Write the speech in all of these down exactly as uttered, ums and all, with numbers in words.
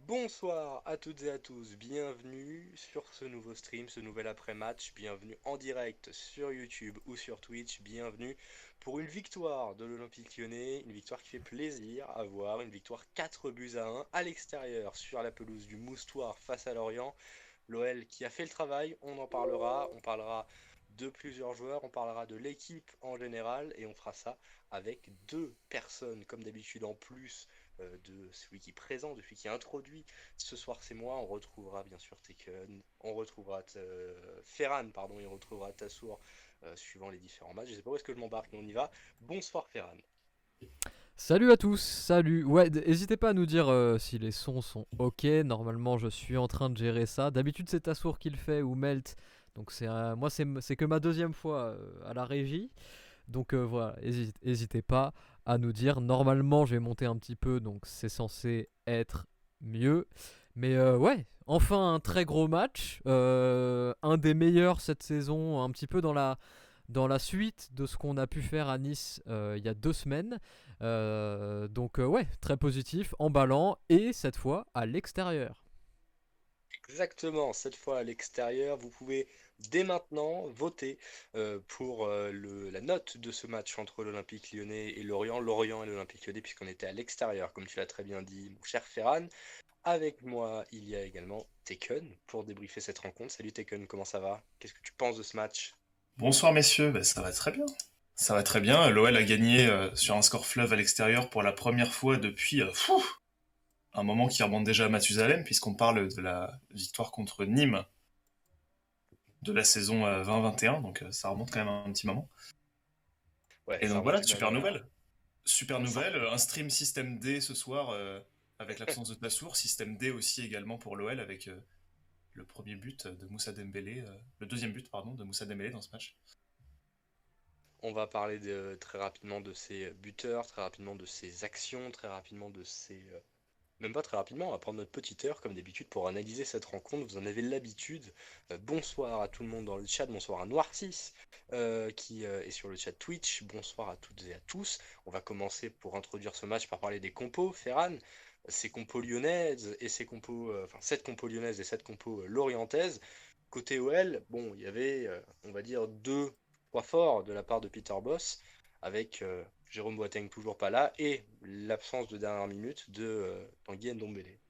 Bonsoir à toutes et à tous, bienvenue sur ce nouveau stream, ce nouvel après-match, bienvenue en direct sur YouTube ou sur Twitch, bienvenue pour une victoire de l'Olympique Lyonnais, une victoire qui fait plaisir à voir, une victoire quatre buts à un à l'extérieur sur la pelouse du Moustoir face à Lorient. L'O L qui a fait le travail, on en parlera, on parlera de plusieurs joueurs, on parlera de l'équipe en général et on fera ça avec deux personnes comme d'habitude en plus euh, de celui qui présente, de celui qui introduit. Ce soir c'est moi, on retrouvera bien sûr Tekken, on retrouvera euh, Ferran, pardon, et on retrouvera Tassour euh, suivant les différents matchs. Je sais pas où est-ce que je m'embarque, mais on y va. Bonsoir Ferran. Salut à tous, salut. Ouais, d- n'hésitez pas à nous dire euh, si les sons sont ok. Normalement, je suis en train de gérer ça. D'habitude, c'est Tassour qui le fait ou Melt. Donc c'est euh, moi, c'est m- c'est que ma deuxième fois euh, à la régie. Donc euh, voilà, n'hésitez pas à nous dire. Normalement, je vais monter un petit peu, donc c'est censé être mieux. Mais euh, ouais, enfin un très gros match, euh, un des meilleurs cette saison, un petit peu dans la dans la suite de ce qu'on a pu faire à Nice euh, il y a deux semaines. Euh, donc euh, ouais, très positif, emballant et cette fois à l'extérieur. Exactement, cette fois à l'extérieur, vous pouvez dès maintenant voter euh, pour euh, le- la note de ce match entre l'Olympique Lyonnais et Lorient, Lorient et l'Olympique Lyonnais, puisqu'on était à l'extérieur, comme tu l'as très bien dit, mon cher Ferran. Avec moi, il y a également Taken pour débriefer cette rencontre. Salut Taken, comment ça va? Qu'est-ce que tu penses de ce match? Bonsoir messieurs, ben, ça va très bien. Ça va très bien. L'O L a gagné euh, sur un score fleuve à l'extérieur pour la première fois depuis euh, fou, un moment qui remonte déjà à Mathusalem, puisqu'on parle de la victoire contre Nîmes de la saison euh, vingt vingt et un, donc euh, ça remonte quand même un petit moment. Ouais, Et ça donc remonte voilà, quand même super à... nouvelle. Super ça- nouvelle, un stream système D ce soir euh, avec l'absence de Tassour, système D aussi également pour l'O L avec euh, le premier but de Moussa Dembélé, euh, le deuxième but pardon de Moussa Dembélé dans ce match. On va parler de- très rapidement de ses buteurs, très rapidement de ses actions, très rapidement de ses... euh, Même pas très rapidement, on va prendre notre petite heure comme d'habitude pour analyser cette rencontre. Vous en avez l'habitude. Euh, bonsoir à tout le monde dans le chat. Bonsoir à Noircis euh, qui euh, est sur le chat Twitch. Bonsoir à toutes et à tous. On va commencer pour introduire ce match par parler des compos. Ferran, ces compos lyonnaises et ces compos, euh, enfin cette compo lyonnaise et cette compo euh, lorientaise. Côté O L, bon, il y avait, euh, on va dire, deux points forts de la part de Peter Boss avec euh, Jérôme Boateng toujours pas là et l'absence de dernière minute de euh, Tanguy Ndombele.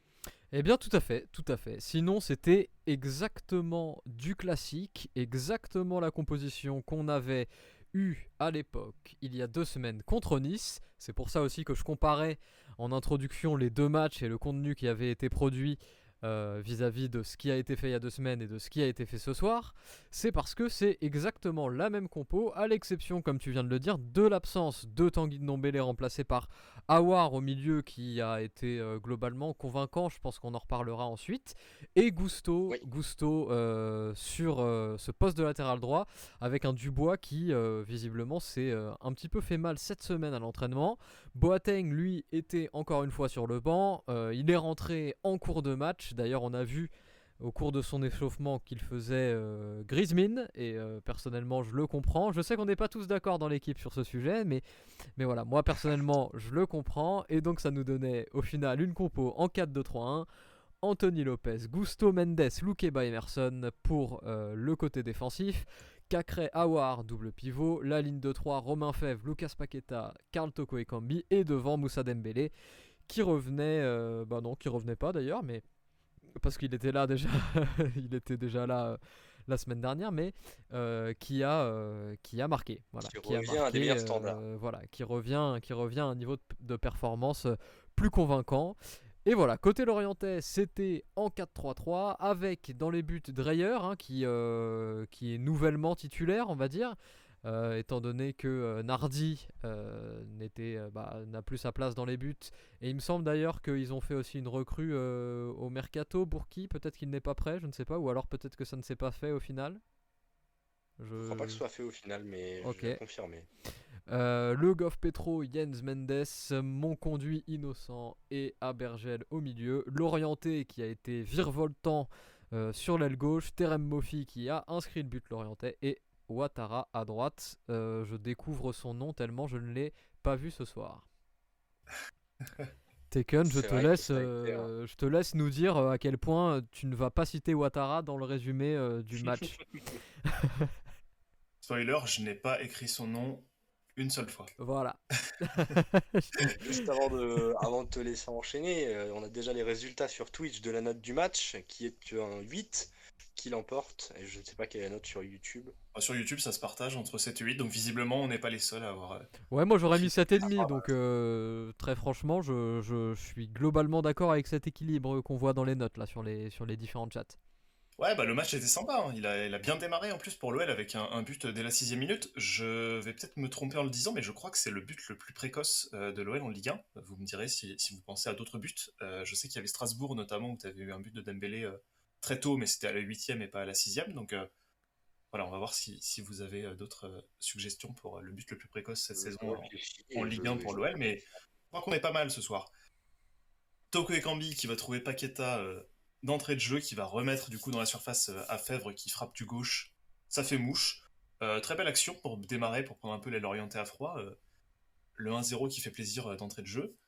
Eh bien tout à fait, tout à fait. Sinon c'était exactement du classique, exactement la composition qu'on avait eue à l'époque, il y a deux semaines contre Nice. C'est pour ça aussi que je comparais en introduction les deux matchs et le contenu qui avait été produit euh, vis-à-vis de ce qui a été fait il y a deux semaines et de ce qui a été fait ce soir. C'est parce que c'est exactement la même compo, à l'exception, comme tu viens de le dire, de l'absence de Tanguy Ndombele remplacé par Awar au milieu qui a été euh, globalement convaincant, je pense qu'on en reparlera ensuite. Et Gusto, Oui, Gusto euh, sur euh, ce poste de latéral droit avec un Dubois qui euh, visiblement s'est euh, un petit peu fait mal cette semaine à l'entraînement. Boateng lui était encore une fois sur le banc, euh, il est rentré en cours de match, d'ailleurs on a vu au cours de son échauffement qu'il faisait euh, grise mine et euh, personnellement je le comprends. Je sais qu'on n'est pas tous d'accord dans l'équipe sur ce sujet, mais mais voilà, moi personnellement, je le comprends. Et donc, ça nous donnait au final une compo en quatre deux trois un. Anthony Lopez, Gusto Mendes, Lukeba Emerson pour euh, le côté défensif. Cacré Awar, double pivot. La ligne de trois, Romain Fèvre, Lucas Paqueta, Karl Toko Ekambi. Et devant Moussa Dembélé, qui revenait. Euh, bah non, qui revenait pas d'ailleurs, mais parce qu'il était là déjà, il était déjà là euh, la semaine dernière, mais euh, qui a euh, qui a marqué, voilà, qui qui a revient à des marqué, meilleurs standards. euh, voilà, qui revient, qui revient à un niveau de, de performance euh, plus convaincant. Et voilà, côté Lorientais, c'était en quatre trois trois avec dans les buts Dreyer, hein, qui, euh, qui est nouvellement titulaire, on va dire, euh, étant donné que euh, Nardi euh, n'était, euh, bah, n'a plus sa place dans les buts. Et il me semble d'ailleurs qu'ils ont fait aussi une recrue euh, au Mercato, Bourki, peut-être qu'il n'est pas prêt, je ne sais pas, ou alors peut-être que ça ne s'est pas fait au final. Je crois pas que ce Je... soit fait au final, mais je Ok. vais confirmer. Euh, le Goff Petro, Jens Mendes, mon conduit innocent et Abergel au milieu. L'orienté qui a été virevoltant euh, sur l'aile gauche. Terem Moffi qui a inscrit le but l'orienté. Et Ouattara à droite. Euh, je découvre son nom tellement je ne l'ai pas vu ce soir. Taken, je C'est te vrai que laisse, ça a été un- euh, je te laisse nous dire euh, à quel point euh, tu ne vas pas citer Ouattara dans le résumé euh, du match. Spoiler, je n'ai pas écrit son nom une seule fois. Voilà. Juste avant de, avant de te laisser enchaîner, euh, on a déjà les résultats sur Twitch de la note du match, qui est un huit qui l'emporte. Et je ne sais pas quelle est la note sur YouTube. Sur YouTube, ça se partage entre sept et huit, donc visiblement, on n'est pas les seuls à avoir euh, Ouais, moi j'aurais mis écrit sept cette virgule cinq, histoire. donc euh, très franchement, je, je- je suis globalement d'accord avec cet équilibre qu'on voit dans les notes là sur les, sur les différents chats. Ouais, bah le match était sympa, hein. Il a, il a bien démarré en plus pour l'O L avec un, un but dès la sixième minute. Je vais peut-être me tromper en le disant, mais je crois que c'est le but le plus précoce euh, de l'O L en Ligue un. Vous me direz si, si vous pensez à d'autres buts. Euh, je sais qu'il y avait Strasbourg notamment, où tu avais eu un but de Dembélé euh, très tôt, mais c'était à la huitième et pas à la sixième. Donc euh, voilà, on va voir si, si vous avez euh, d'autres euh, suggestions pour euh, le but le plus précoce cette Je saison en, réfléchis en et je, Ligue un et pour je- l'O L, mais je crois qu'on est pas mal ce soir. Toko Ekambi qui va trouver Paqueta euh, d'entrée de jeu, qui va remettre du coup dans la surface euh, à Fèvre qui frappe du gauche. Ça fait mouche. Euh, très belle action pour démarrer, pour prendre un peu les Lorientais à froid. Euh, le un zéro qui fait plaisir euh, d'entrée de jeu.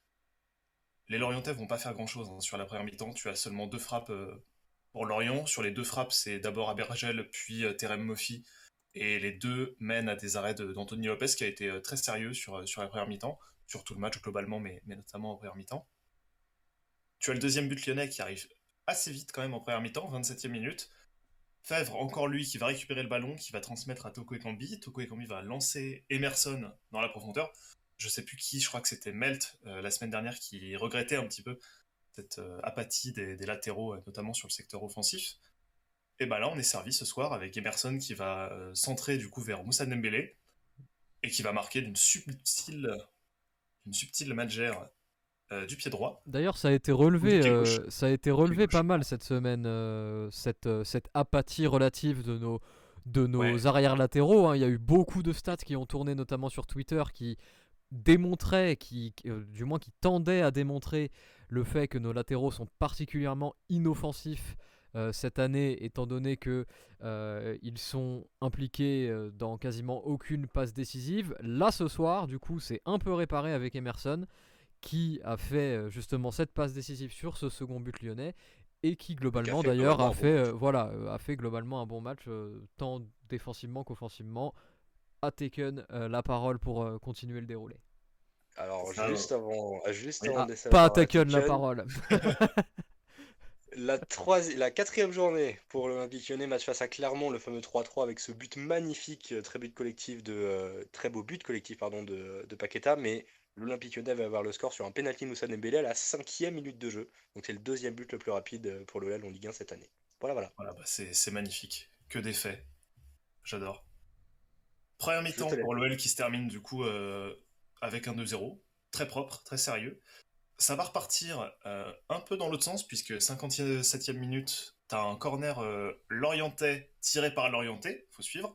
Les Lorientais vont pas faire grand chose hein, sur la première mi-temps. Tu as seulement deux frappes euh, pour Lorient. Sur les deux frappes, c'est d'abord Abergel puis euh, Terem Moffi. Et les deux mènent à des arrêts de- d'Anthony Lopez qui a été euh, très sérieux sur, euh, sur la première mi-temps. Sur tout le match globalement, mais, mais notamment en première mi-temps. Tu as le deuxième but lyonnais qui arrive assez vite quand même en première mi-temps, vingt-septième minute. Fèvre, encore lui, qui va récupérer le ballon, qui va transmettre à Toko Ekambi. Toko Ekambi va lancer Emerson dans la profondeur. Je sais plus qui, je crois que c'était Melt euh, la semaine dernière qui regrettait un petit peu cette euh, apathie des, des latéraux, euh, notamment sur le secteur offensif. Et bah là, on est servi ce soir avec Emerson qui va euh, centrer du coup vers Moussa Dembélé et qui va marquer d'une subtile, d'une subtile magère euh, du pied droit D'ailleurs, ça a été ou du relevé, pied gauche. euh, ça a été Du pied relevé pas gauche. mal cette semaine, euh, cette, euh, cette apathie relative de nos, de nos Ouais, arrières latéraux, hein. Il y a eu beaucoup de stats qui ont tourné, notamment sur Twitter, qui démontrait, qui, euh, du moins qui tendait à démontrer le fait que nos latéraux sont particulièrement inoffensifs euh, cette année, étant donné que euh, ils sont impliqués euh, dans quasiment aucune passe décisive. Là ce soir, du coup, c'est un peu réparé avec Emerson, qui a fait euh, justement cette passe décisive sur ce second but lyonnais et qui et qui a globalement fait d'ailleurs globalement a un bon fait match. euh, voilà euh, a fait globalement un bon match euh, tant défensivement qu'offensivement, a taken euh, la parole pour euh, continuer le déroulé. Alors, ça, euh, juste avant, ah, juste oui. avant Ah, de laisser la pas a parole à taken la Tiken, parole. la, troisi- la quatrième journée pour l'Olympique Lyonnais, match face à Clermont, le fameux trois trois avec ce but magnifique, euh, très but collectif de, euh, très beau but collectif pardon, de, de Paqueta, mais l'Olympique Lyonnais va avoir le score sur un penalty de Moussa Dembélé à la cinquième minute de jeu. Donc c'est le deuxième but le plus rapide euh, pour l'O L en Ligue un cette année. Voilà, voilà. Voilà, bah, c'est c'est magnifique. Que des faits. J'adore. Première Je mi-temps te laisse. pour l'O L qui se termine du coup euh, avec un deux zéro. Très propre, très sérieux. Ça va repartir euh, un peu dans l'autre sens, puisque cinquante-septième minute, t'as un corner euh, Lorientais tiré par Lorientais, faut suivre.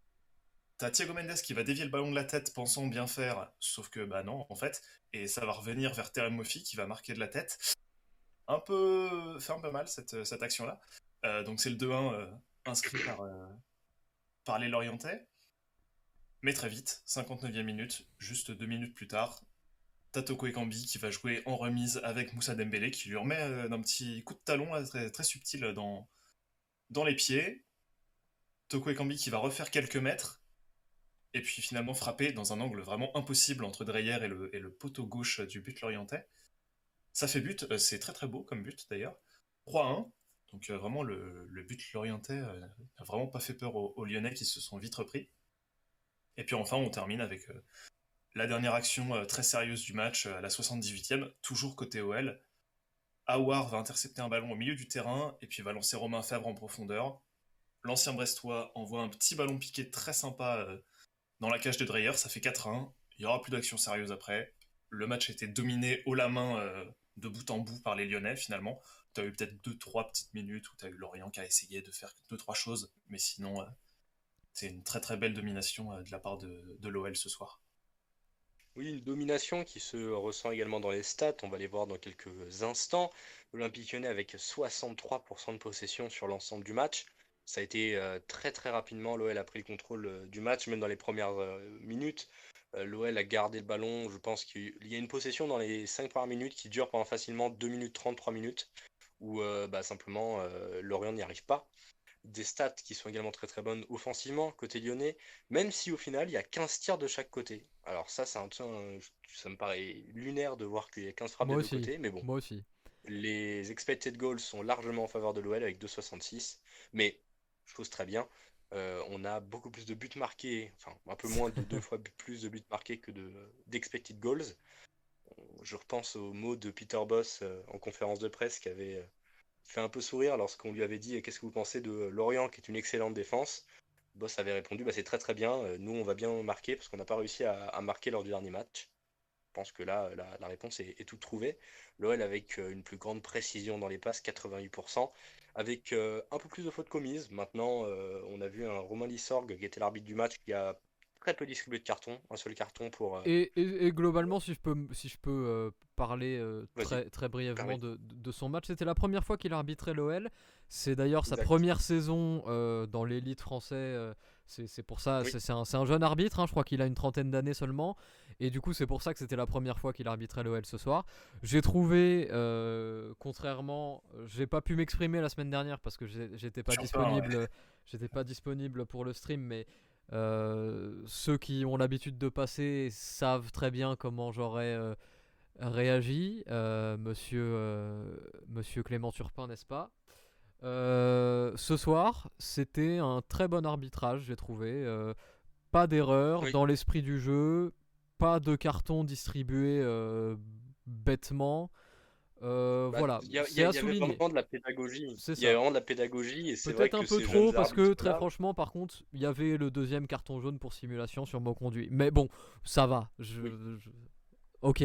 T'as Thiago Mendes qui va dévier le ballon de la tête pensant bien faire, sauf que bah non en fait, et ça va revenir vers Terem Moffi qui va marquer de la tête. Un peu, fait un peu mal cette, cette action-là. Euh, donc c'est le deux un euh, inscrit par, euh, par les Lorientais. Mais très vite, cinquante-neuvième minute, juste deux minutes plus tard, Toko Ekambi qui va jouer en remise avec Moussa Dembélé qui lui remet euh, un petit coup de talon là, très, très subtil dans, dans les pieds. Toko Ekambi qui va refaire quelques mètres et puis finalement frapper dans un angle vraiment impossible entre Dreyer et le, et le poteau gauche du but lorientais. Ça fait but, euh, c'est très très beau comme but d'ailleurs. trois un, donc euh, vraiment le, le but lorientais euh, n'a vraiment pas fait peur aux, aux Lyonnais qui se sont vite repris. Et puis enfin on termine avec euh, la dernière action euh, très sérieuse du match euh, à la soixante-dix-huitième, toujours côté O L. Aouar va intercepter un ballon au milieu du terrain et puis va lancer Romain Fèvre en profondeur. L'ancien Brestois envoie un petit ballon piqué très sympa euh, dans la cage de Dreyer, ça fait quatre un. Il n'y aura plus d'action sérieuse après. Le match a été dominé haut la main euh, de bout en bout par les Lyonnais finalement. Tu as eu peut-être deux trois petites minutes où tu as eu Lorient qui a essayé de faire deux trois choses, mais sinon euh, c'est une très très belle domination euh, de la part de, de l'O L ce soir. Oui, une domination qui se ressent également dans les stats, on va les voir dans quelques instants. L'Olympique Lyonnais avec soixante-trois pour cent de possession sur l'ensemble du match. Ça a été euh, très très rapidement, l'O L a pris le contrôle euh, du match, même dans les premières euh, minutes. Euh, L'O L a gardé le ballon. Je pense qu'il y a une possession dans les cinq premières minutes qui dure pendant facilement deux minutes trente, trois minutes, où euh, bah, simplement euh, Lorient n'y arrive pas. Des stats qui sont également très très bonnes offensivement côté lyonnais, même si au final il y a quinze tirs de chaque côté. Alors ça, c'est un, un- ça me paraît lunaire de voir qu'il y a quinze frappes Moi des deux aussi, côtés, mais bon, moi aussi. les expected goals sont largement en faveur de l'O L avec deux virgule soixante-six, mais chose très bien, euh, on a beaucoup plus de buts marqués, enfin un peu moins de deux fois plus de buts marqués que de d'expected goals. Je repense aux mots de Peter Bosz euh, en conférence de presse qui avait euh, fait un peu sourire lorsqu'on lui avait dit euh, qu'est-ce que vous pensez de Lorient qui est une excellente défense. Boss avait répondu bah, c'est très très bien, euh, nous on va bien marquer parce qu'on n'a pas réussi à, à marquer lors du dernier match. Je pense que là la, la réponse est, est toute trouvée. L'O L avec euh, une plus grande précision dans les passes, quatre-vingt-huit pour cent, avec euh, un peu plus de fautes commises. Maintenant euh, on a vu un Romain Lissorg qui était l'arbitre du match qui a très peu distribué de cartons, un seul carton pour... euh, Et, et- et globalement, si je peux, m- si je peux euh, parler euh, Vas-y, très, très brièvement permets. de, de- de son match, c'était la première fois qu'il arbitrait l'O L. C'est d'ailleurs sa Exact. première saison euh, dans l'élite français. euh, c'est c'est pour ça, Oui, c'est c'est un, c'est un jeune arbitre, hein, je crois qu'il a une trentaine d'années seulement. Et du coup, c'est pour ça que c'était la première fois qu'il arbitrait l'O L ce soir. J'ai trouvé, euh, contrairement, j'ai pas pu m'exprimer la semaine dernière parce que j'ai- j'étais pas Sur pas, ouais. disponible, j'étais pas disponible pour le stream, mais euh, ceux qui ont l'habitude de passer savent très bien comment j'aurais euh, réagi, euh, monsieur, euh, monsieur Clément Turpin, n'est-ce pas? Euh, ce soir, c'était un très bon arbitrage, j'ai trouvé. Euh, pas d'erreur oui. dans l'esprit du jeu, pas de carton distribué euh, bêtement. Euh, Bah, voilà, il y, a- il y c'est a- à il y avait souligner. vraiment de la pédagogie. C'est Il y avait ça. vraiment de la pédagogie et c'est vrai Peut-être un que peu ces jeunes trop parce que très arbitres-là, franchement par contre il y avait le deuxième carton jaune pour simulation sur mot conduit. Mais bon, ça va. Je, oui, je- Ok.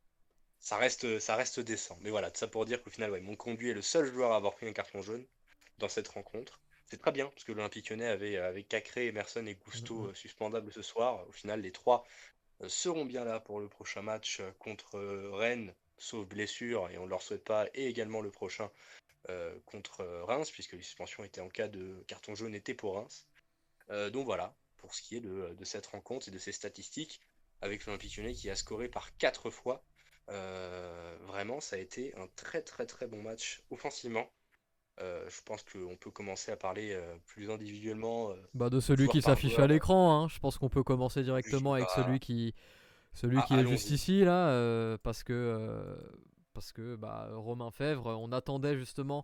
ça reste, ça reste décent. Mais voilà, tout ça pour dire qu'au final, ouais, mon conduit est le seul joueur à avoir pris un carton jaune dans cette rencontre. C'est très bien parce que l'Olympique Lyonnais avait, avait Cacré, Emerson et Mm, Gusto mm. euh, suspendables ce soir. Au final, les trois euh, seront bien là pour le prochain match euh, contre euh, Rennes, sauf blessure, et on ne leur souhaite pas, et également le prochain euh, contre euh, Reims, puisque les suspensions étaient en cas de carton jaune étaient pour Reims. Euh, donc voilà, pour ce qui est de, de cette rencontre et de ses statistiques, avec l'Olympique Lyonnais qui a scoré par quatre fois. Euh, vraiment, ça a été un très très très bon match offensivement. Euh, je pense qu'on peut commencer à parler euh, plus individuellement, euh, Bah de celui joueur qui par s'affiche à joueur. l'écran, hein. Je pense qu'on peut commencer Je- directement avec celui bah, qui, celui ah, qui est juste allons-y. ici là, euh, parce que, euh, parce que bah, Romain Fèvre, on attendait justement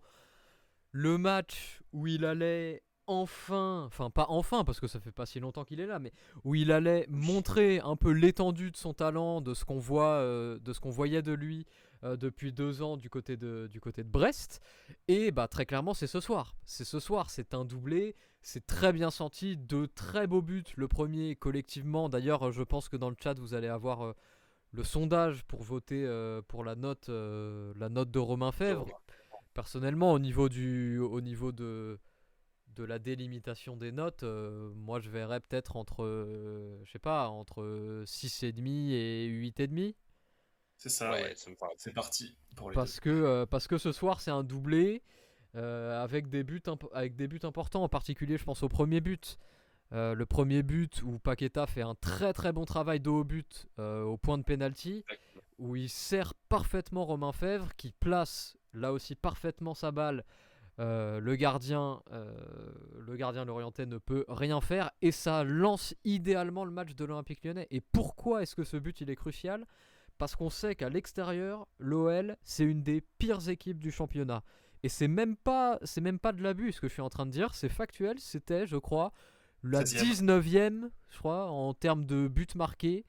le match où il allait enfin, enfin pas enfin parce que ça fait pas si longtemps qu'il est là, mais où il allait Oui. montrer un peu l'étendue de son talent, de ce qu'on voit, euh, de ce qu'on voyait de lui euh, depuis deux ans du côté de, du côté de Brest. Et bah très clairement c'est ce soir. C'est ce soir, c'est un doublé, c'est très bien senti, de très beaux buts. Le premier collectivement, d'ailleurs je pense que dans le chat vous allez avoir euh, le sondage pour voter euh, pour la note, euh, la note de Romain De Fèvre. Romain. Personnellement, au niveau, du, au niveau de, de la délimitation des notes, euh, moi je verrais peut-être entre, euh, je sais pas, entre six virgule cinq et huit virgule cinq. C'est ça, Ouais, ouais. ça me paraît. C'est parti pour les deux. Parce que, euh, parce que ce soir c'est un doublé euh, avec, des buts imp- avec des buts importants, en particulier je pense au premier but. Euh, le premier but où Paqueta fait un très très bon travail de haut but euh, au point de pénalty, où il sert parfaitement Romain Fèvre, qui place là aussi parfaitement sa balle. Euh, le gardien, euh, le gardien lorientais ne peut rien faire et ça lance idéalement le match de l'Olympique Lyonnais. Et pourquoi est-ce que ce but il est crucial? Parce qu'on sait qu'à l'extérieur, l'O L c'est une des pires équipes du championnat. Et c'est même pas, c'est même pas de l'abus ce que je suis en train de dire, c'est factuel. C'était, je crois, la treizième. dix-neuvième, je crois, en termes de buts marqués,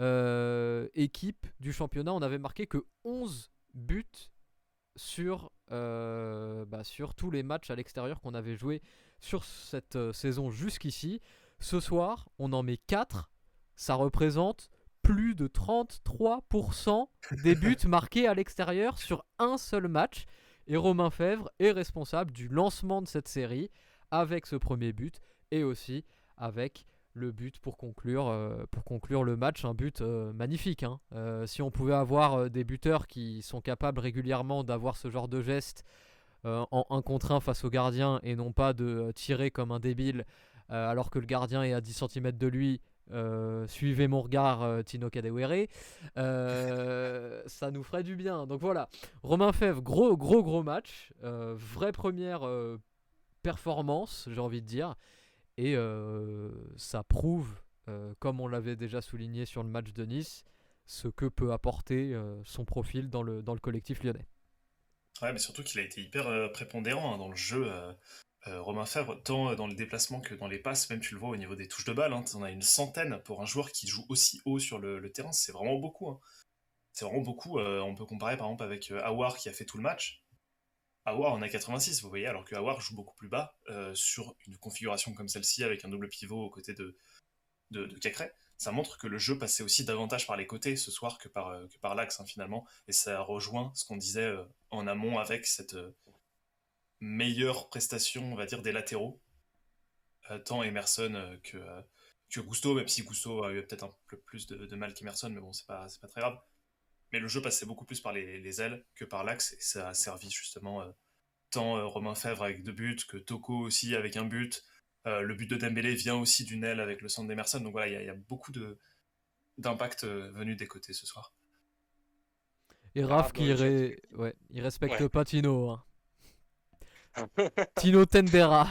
euh, équipe du championnat. On avait marqué que onze buts sur, euh, bah, sur tous les matchs à l'extérieur qu'on avait joué sur cette euh, saison jusqu'ici. Ce soir, on en met quatre. Ça représente plus de trente-trois pour cent des buts marqués à l'extérieur sur un seul match. Et Romain Fèvre est responsable du lancement de cette série avec ce premier but et aussi avec le but pour conclure, euh, pour conclure le match, un but euh, magnifique. Hein. Euh, si on pouvait avoir euh, des buteurs qui sont capables régulièrement d'avoir ce genre de geste euh, en un contre un face au gardien et non pas de euh, tirer comme un débile euh, alors que le gardien est à dix centimètres de lui, Euh, suivez mon regard, euh, Tino Kadewere. Euh, ça nous ferait du bien. Donc voilà, Romain Fèvre, gros gros gros match, euh, vraie première euh, performance, j'ai envie de dire, et euh, ça prouve, euh, comme on l'avait déjà souligné sur le match de Nice, ce que peut apporter euh, son profil dans le dans le collectif lyonnais. Ouais, mais surtout qu'il a été hyper euh, prépondérant hein, dans le jeu. euh, euh, Romain Fèvre, tant euh, dans le déplacement que dans les passes, même tu le vois au niveau des touches de balle, hein, on a une centaine pour un joueur qui joue aussi haut sur le, le terrain, c'est vraiment beaucoup. hein. C'est vraiment beaucoup. euh, on peut comparer par exemple avec euh, Aouar qui a fait tout le match. Aouar en a quatre-vingt-six, vous voyez, alors que Aouar joue beaucoup plus bas euh, sur une configuration comme celle-ci avec un double pivot aux côtés de, de, de Cacré. Ça montre que le jeu passait aussi davantage par les côtés ce soir que par, euh, que par l'axe hein, finalement. Et ça rejoint ce qu'on disait euh, en amont avec cette euh, meilleure prestation, on va dire, des latéraux. Euh, tant Emerson euh, que, euh, que Gusto, même si Gusto a eu peut-être un peu plus de, de mal qu'Emerson, mais bon, c'est pas, c'est pas très grave. Mais le jeu passait beaucoup plus par les, les ailes que par l'axe, et ça a servi justement euh, tant euh, Romain Fèvre avec deux buts, que Toko aussi avec un but. Euh, le but de Dembélé vient aussi d'une aile avec le centre d'Emerson, donc voilà, il y, y a beaucoup de, d'impact euh, venu des côtés ce soir. Et Ah, Raph dans qui le chat, ré... ouais, il respecte Ouais. pas Tino. hein. Tino Tendera.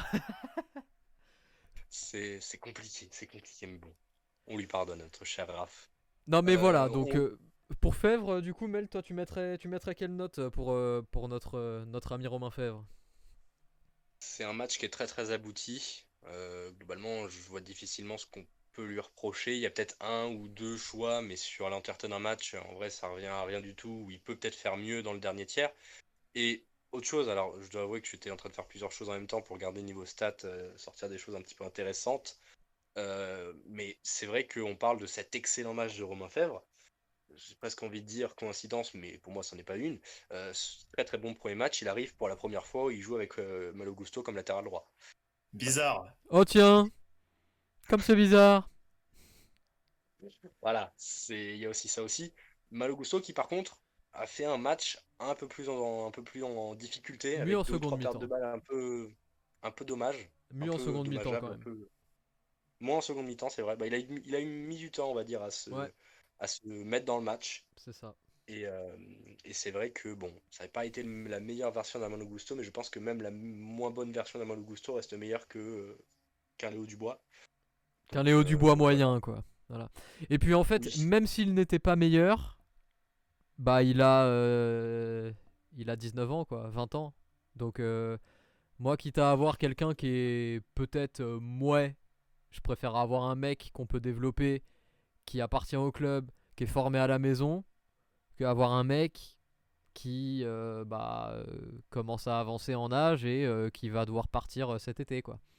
C'est c'est compliqué, c'est compliqué, mais bon. On lui pardonne, notre cher Raph. Non mais voilà, Euh, donc on- euh, pour Fèvre, euh, du coup Mel, toi tu mettrais, tu mettrais quelle note euh, pour, euh, pour notre, euh, notre ami Romain Fèvre? C'est un match qui est très très abouti. Euh, globalement, je vois difficilement ce qu'on peut lui reprocher. Il y a peut-être un ou deux choix, mais sur l'entièreté d'un match, en vrai, ça revient à rien du tout. Où il peut peut-être faire mieux dans le dernier tiers. Et autre chose, alors je dois avouer que j'étais en train de faire plusieurs choses en même temps pour garder niveau stats, euh, sortir des choses un petit peu intéressantes. Euh, mais c'est vrai qu'on parle de cet excellent match de Romain Fèvre. J'ai presque envie de dire coïncidence, mais pour moi, ce n'est pas une. Euh, très très bon premier match. Il arrive pour la première fois où il joue avec euh, Malo Gusto comme latéral droit. Bizarre. Oh tiens, comme c'est bizarre. Voilà, c'est il y a aussi ça aussi. Malo Gusto qui par contre a fait un match un peu plus en, un peu plus en difficulté Mieux en avec deux ou seconde trois pertes de mi-temps. balles un peu un peu dommage, un Mieux en peu seconde mi-temps dommageable, quand un même. peu moins en seconde mi-temps, c'est vrai. Bah, il a eu, il a eu mis du temps, on va dire, à se Ouais, à se mettre dans le match. c'est ça. Et, euh, et c'est vrai que bon, ça n'a pas été le- la meilleure version d'Amano Gusto, mais je pense que même la m- moins bonne version d'Amano Gusto reste meilleure que euh, qu'un Léo Dubois. Qu'un Donc, Léo euh, Dubois donc voilà. moyen quoi. Voilà. Et puis en fait, Oui. même s'il n'était pas meilleur, bah il a, euh, il a dix-neuf ans quoi, vingt ans. Donc euh, moi quitte à avoir quelqu'un qui est peut-être euh, mouais, je préfère avoir un mec qu'on peut développer, qui appartient au club, qui est formé à la maison, qu'avoir un mec qui euh, bah, euh, commence à avancer en âge et euh, qui va devoir partir euh, cet été quoi.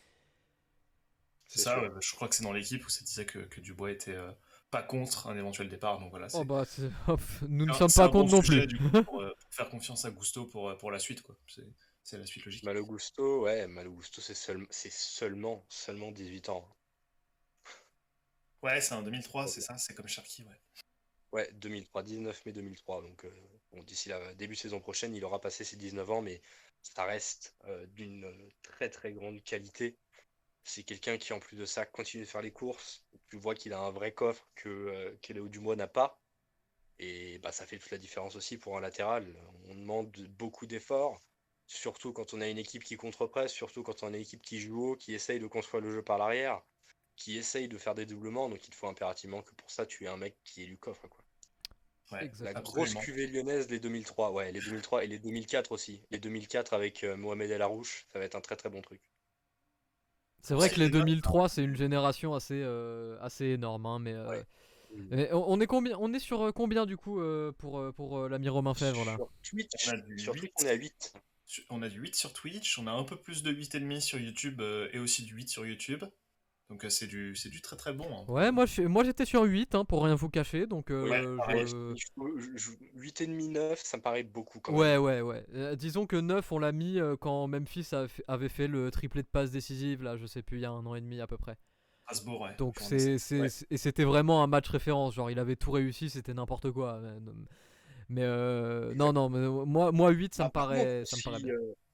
C'est C'est ça, sûr. ouais, bah, je crois que c'est dans l'équipe où ça disait que, que Dubois était euh, pas contre un éventuel départ, donc voilà, Oh c'est bah c'est- hop, nous ne un, sommes c'est pas un bon contre non plus. sujet du coup pour, euh, pour faire confiance à Gusto pour, euh, pour la suite, quoi. C'est, c'est la suite logique. Malo Gusto, ouais, Malo Gusto, c'est seul, c'est seulement, seulement dix-huit ans. Ouais, c'est un deux mille trois, c'est ça, c'est comme Cherki, ouais. Ouais, deux mille trois, dix-neuf mai deux mille trois. Donc, euh, bon, d'ici la début de saison prochaine, il aura passé ses dix-neuf ans, mais ça reste euh, d'une euh, très très grande qualité. C'est quelqu'un qui, en plus de ça, continue de faire les courses. Tu vois qu'il a un vrai coffre que euh, que Léo Dumois n'a pas. Et bah, ça fait toute la différence aussi pour un latéral. On demande beaucoup d'efforts, surtout quand on a une équipe qui contre-presse, surtout quand on a une équipe qui joue haut, qui essaye de construire le jeu par l'arrière, qui essaye de faire des doublements. Donc il te faut impérativement que pour ça, tu aies un mec qui est du coffre, quoi. Ouais, La Exactement. grosse absolument. cuvée lyonnaise, les deux mille trois, ouais, les deux mille trois et les deux mille quatre aussi. Les deux mille quatre avec euh, Mohamed El Arouche, ça va être un très très bon truc. C'est Pour vrai ce qui que est les des notes, deux mille trois c'est une génération assez euh, assez énorme hein, mais, euh, Ouais. Mm. mais on on est combien on est sur euh, combien du coup euh, pour euh, pour euh, l'ami Romain Fèvre là? Sur on a Twitch, du sur Twitch, on huit, est à huit. sur- on a du huit sur Twitch, on a un peu plus de huit virgule cinq sur YouTube euh, et aussi du huit sur YouTube. Donc euh, c'est du, c'est du très très bon hein, pour Ouais, le moi je suis- moi j'étais sur huit hein, pour rien vous cacher donc Oui, Ouais, euh, pareil. ouais, je je- je- je- huit virgule cinq neuf, ça me paraît beaucoup quand même. Ouais, ouais, ouais. Euh, disons que neuf on l'a mis euh, quand Memphis a fait- avait fait le triplé de passes décisives, là, je sais plus, il y a un an et demi à peu près. Strasbourg, ouais. Donc Journée sept. c'est, c'est, Ouais. c'est- et c'était vraiment un match référence, genre il avait tout réussi, c'était n'importe quoi. Mais, mais, euh, non, Exact. non, mais moi, moi huit ça Ah, me par contre, paraît, ça me paraît si, bien. euh,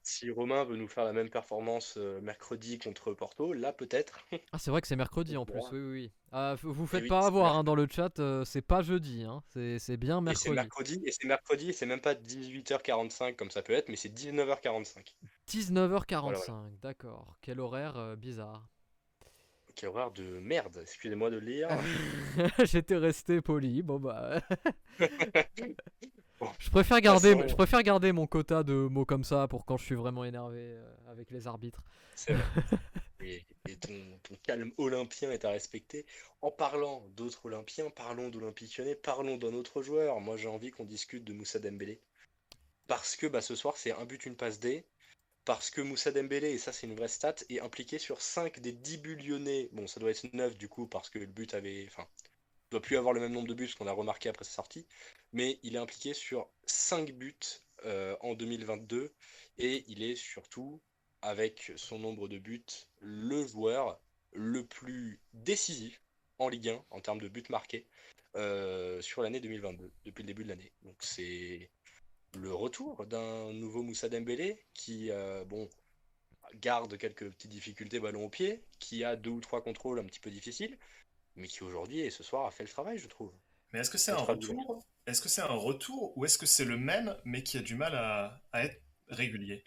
Si Romain veut nous faire la même performance euh, mercredi contre Porto, là peut-être. Ah, c'est vrai que c'est mercredi On en plus, pourra. oui, oui. oui. Ah, f- vous Et faites oui, pas c'est avoir hein, dans mercredi. le chat, euh, c'est pas jeudi, hein, c'est c'est bien Et c'est mercredi. mercredi, et c'est mercredi, et c'est même pas dix-huit heures quarante-cinq comme ça peut être, mais c'est dix-neuf heures quarante-cinq. Voilà, voilà. dix-neuf heures quarante-cinq, d'accord. Quel horaire euh, bizarre. Quelle horreur de merde, excusez-moi de le lire. J'étais resté poli, bon bah. Bon, Je préfère garder, je passons. préfère garder mon quota de mots comme ça pour quand je suis vraiment énervé euh, avec les arbitres. C'est vrai. Et, et ton, ton calme olympien est à respecter. En parlant d'autres Olympiens, parlons d'Olympique Lyonnais, parlons d'un autre joueur. Moi, j'ai envie qu'on discute de Moussa Dembélé. Parce que bah, ce soir, c'est un but, une passe D. Parce que Moussa Dembélé, et ça c'est une vraie stat, est impliqué sur cinq des dix buts lyonnais. Bon, ça doit être neuf du coup, parce que le but avait. Enfin, il doit plus avoir le même nombre de buts qu'on a remarqué après sa sortie. Mais il est impliqué sur cinq buts euh, en deux mille vingt-deux. Et il est surtout, avec son nombre de buts, le joueur le plus décisif en Ligue un en termes de buts marqués euh, sur l'année deux mille vingt-deux, depuis le début de l'année. Donc c'est le retour d'un nouveau Moussa Dembélé qui, euh, bon, garde quelques petites difficultés ballon au pied, qui a deux ou trois contrôles un petit peu difficiles, mais qui aujourd'hui et ce soir a fait le travail, je trouve. Mais est-ce que c'est un Contre Abdullah. retour? Est-ce que c'est un retour ou est-ce que c'est le même mais qui a du mal à, à être régulier?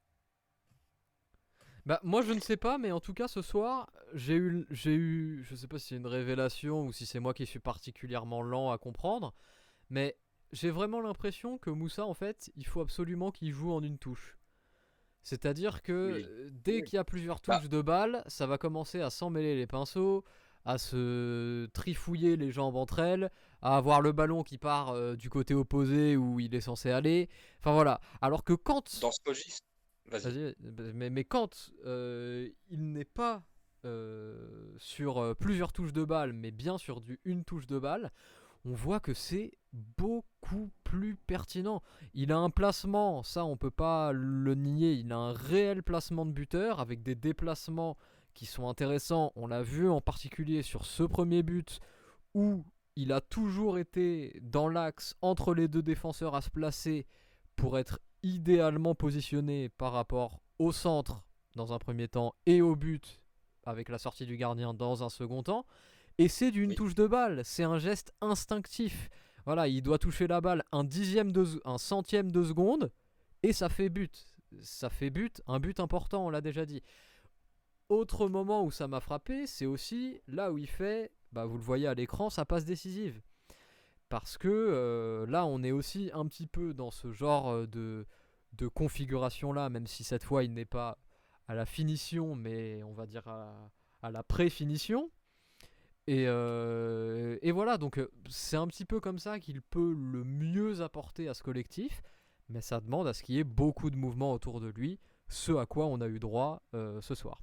Bah moi je ne sais pas, mais en tout cas ce soir j'ai eu, j'ai eu, je sais pas si c'est une révélation ou si c'est moi qui suis particulièrement lent à comprendre, mais j'ai vraiment l'impression que Moussa en fait il faut absolument qu'il joue en une touche. C'est-à-dire que Oui. euh, dès Oui. qu'il y a plusieurs Bah, touches de balle, ça va commencer à s'emmêler les pinceaux, à se trifouiller les jambes entre elles, à avoir le ballon qui part euh, du côté opposé où il est censé aller. Enfin voilà. Alors que quand dans ce registre, vas-y. Vas-y, mais, mais quand euh, il n'est pas euh, sur euh, plusieurs touches de balle, mais bien sur du une touche de balle, on voit que c'est beaucoup plus pertinent. Il a un placement, ça on peut pas le nier, il a un réel placement de buteur avec des déplacements qui sont intéressants. On l'a vu en particulier sur ce premier but où il a toujours été dans l'axe entre les deux défenseurs à se placer pour être idéalement positionné par rapport au centre dans un premier temps et au but avec la sortie du gardien dans un second temps. Et c'est d'une Oui. touche de balle, c'est un geste instinctif. Voilà, il doit toucher la balle un dixième de, un centième de seconde et ça fait but. Ça fait but, un but important, on l'a déjà dit. Autre moment où ça m'a frappé, c'est aussi là où il fait, bah vous le voyez à l'écran, sa passe décisive. Parce que euh, là, on est aussi un petit peu dans ce genre euh, de, de configuration-là, même si cette fois, il n'est pas à la finition, mais on va dire à, à la pré-finition. Et, euh, et voilà, donc euh, c'est un petit peu comme ça qu'il peut le mieux apporter à ce collectif, mais ça demande à ce qu'il y ait beaucoup de mouvements autour de lui, ce à quoi on a eu droit euh, ce soir.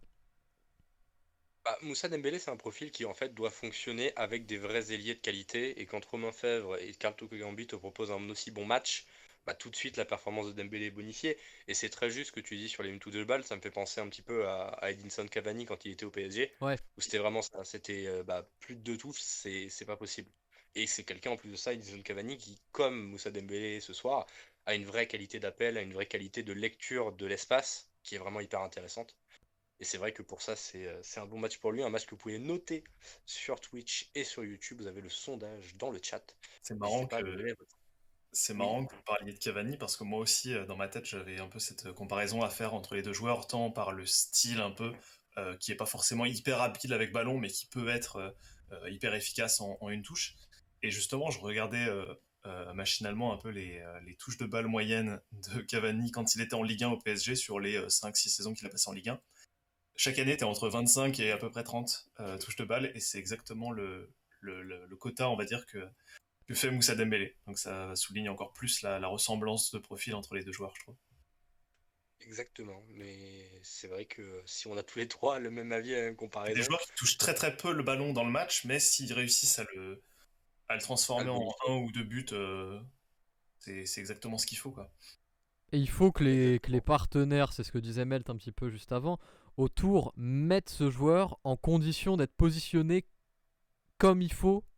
Bah, Moussa Dembélé, c'est un profil qui en fait doit fonctionner avec des vrais ailiers de qualité. Et quand Romain Fèvre et Carl Gambit te proposent un aussi bon match, bah, tout de suite la performance de Dembélé est bonifiée. Et c'est très juste ce que tu dis sur les une touche de balle. Ça me fait penser un petit peu à, à Edinson Cavani quand il était au P S G, Ouais, où c'était vraiment ça. C'était euh, bah, plus de deux touches, c'est c'est pas possible. Et c'est quelqu'un en plus de ça, Edinson Cavani, qui, comme Moussa Dembélé ce soir, a une vraie qualité d'appel, a une vraie qualité de lecture de l'espace qui est vraiment hyper intéressante. Et c'est vrai que pour ça, c'est euh, c'est un bon match pour lui, un match que vous pouvez noter sur Twitch et sur YouTube. Vous avez le sondage dans le chat. C'est N'hésitez marrant pas à que nous donner votre. c'est Oui, marrant que vous parliez de Cavani parce que moi aussi euh, dans ma tête j'avais un peu cette euh, comparaison à faire entre les deux joueurs tant par le style un peu euh, qui est pas forcément hyper rapide avec ballon mais qui peut être euh, euh, hyper efficace en, en une touche. Et justement je regardais euh, euh, machinalement un peu les, euh, les touches de balle moyennes de Cavani quand il était en Ligue un au P S G sur les euh, cinq six saisons qu'il a passé en Ligue un. Chaque année, tu es entre vingt-cinq et à peu près trente euh, touches de balle, et c'est exactement le, le, le, le quota, on va dire, que, que fait Moussa Dembélé. Donc ça souligne encore plus la, la ressemblance de profil entre les deux joueurs, je trouve. exactement. Mais c'est vrai que si on a tous les trois le même avis, la même C'est des comparaison, joueurs qui touchent très très peu le ballon dans le match, mais s'ils réussissent à le, à le à transformer le en bonifier. un ou deux buts, euh, c'est c'est exactement ce qu'il faut, quoi. et il faut que les, que les Exactement. partenaires, c'est ce que disait Melt un petit peu juste avant, autour mettent ce joueur en condition d'être positionné comme il faut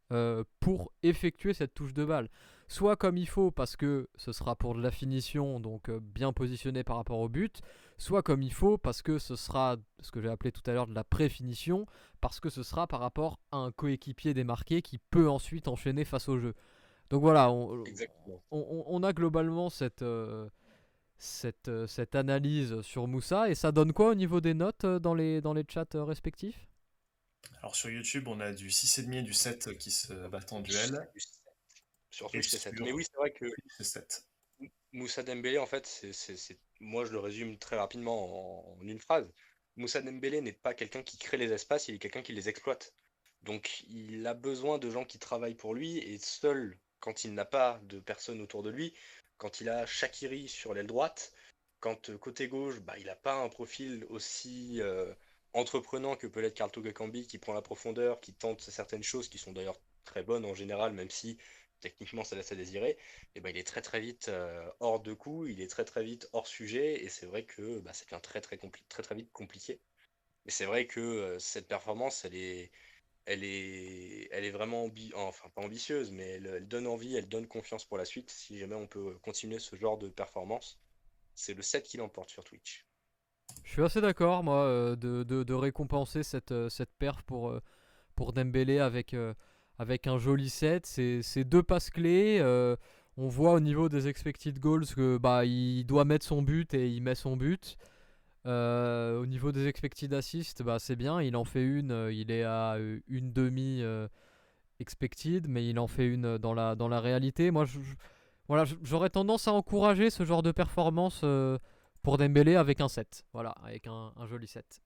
euh, pour effectuer cette touche de balle. Soit comme il faut parce que ce sera pour de la finition, donc euh, bien positionné par rapport au but, soit comme il faut parce que ce sera ce que j'ai appelé tout à l'heure de la pré-finition, parce que ce sera par rapport à un coéquipier démarqué qui peut ensuite enchaîner face au jeu. Donc voilà, on, Exactement. on- on a globalement cette, euh, cette, euh, cette analyse sur Moussa, et ça donne quoi au niveau des notes euh, dans les, dans les chats euh, respectifs? Alors sur YouTube, on a du six virgule cinq et du sept qui se battent en duel. Sur Et Twitch, c'est sept. sur Mais oui, c'est vrai que Twitch, c'est sept. Moussa Dembélé, en fait, c'est, c'est, c'est- moi je le résume très rapidement en, en une phrase. Moussa Dembélé n'est pas quelqu'un qui crée les espaces, il est quelqu'un qui les exploite. Donc il a besoin de gens qui travaillent pour lui, et seul, quand il n'a pas de personnes autour de lui, quand il a Shaqiri sur l'aile droite, quand euh, côté gauche, bah, il n'a pas un profil aussi euh, entreprenant que peut l'être Carl Togekambi, qui prend la profondeur, qui tente certaines choses qui sont d'ailleurs très bonnes en général, même si techniquement ça laisse à désirer, et ben il est très très vite euh, hors de coup, il est très très vite hors sujet, et c'est vrai que bah, ça devient très très, compli- très très vite compliqué. Mais c'est vrai que euh, cette performance, elle est, elle est, elle est vraiment ambi- enfin pas ambitieuse, mais elle, elle donne envie, elle donne confiance pour la suite. Si jamais on peut continuer ce genre de performance, c'est le sept qui l'emporte sur Twitch. Je suis assez d'accord, moi, euh, de, de- de récompenser cette, euh, cette perf pour, euh, pour Dembélé avec, euh, avec un joli set. C'est c'est deux passes clés. Euh, on voit au niveau des expected goals que bah, il doit mettre son but et il met son but. Euh, au niveau des expected assists, bah, c'est bien. Il en fait une. euh, Il est à euh, une demi euh, expected, mais il en fait une euh, dans la, dans la réalité. Moi, je- je- voilà, je- j'aurais tendance à encourager ce genre de performance euh, pour Dembélé avec un set. Voilà, avec un, un joli set.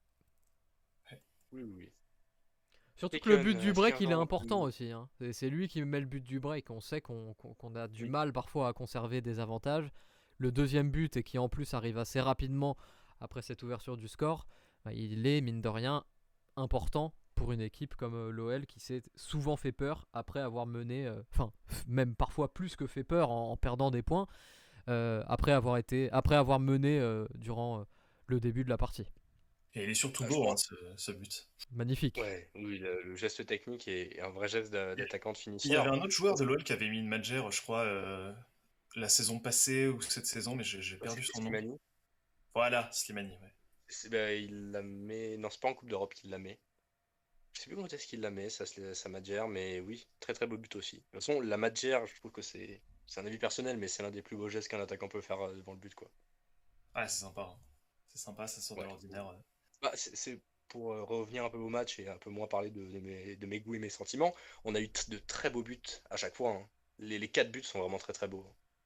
Oui, oui, oui. Surtout que le Taken, but du est-ce qu'il y break, a il est encore un important peu- aussi, hein. C'est c'est lui qui met le but du break. On sait qu'on qu'on- qu'on a du Oui. mal parfois à conserver des avantages. Le deuxième but, et qui en plus arrive assez rapidement après cette ouverture du score, bah, il est, mine de rien, important pour une équipe comme euh, l'O L qui s'est souvent fait peur après avoir mené, euh, enfin, même parfois plus que fait peur en, en perdant des points, euh, après, avoir été, après avoir mené euh, durant euh, le début de la partie. Et il est surtout Ah, je beau, hein, pense. ce, ce but. Magnifique. Ouais, oui, le, le geste technique est, est un vrai geste d'a- Et d'attaquant de il y avait finisseur. un autre joueur de l'O L qui avait mis une Madjer, je crois, euh, la saison passée ou cette saison, mais j'ai j'ai Bah, perdu c'était son nom. Slimani. Voilà, Slimani, ouais. C'est- bah, il la met. Non, c'est pas en Coupe d'Europe qu'il la met. Je sais plus comment est-ce qu'il la met, ça, se- ça Madjer, mais oui, très très beau but aussi. De toute façon, la Madjer, je trouve que c'est c'est un avis personnel, mais c'est l'un des plus beaux gestes qu'un attaquant peut faire euh, devant le but, quoi. Ah, c'est sympa, hein. C'est sympa, ça sort de Ouais. l'ordinaire. ouais. Bah, c'est c'est pour euh, revenir un peu au match et un peu moins parler de, de mes, de mes goûts et mes sentiments. On a eu t- de très beaux buts à chaque fois, hein. Les, les quatre buts sont vraiment très très beaux.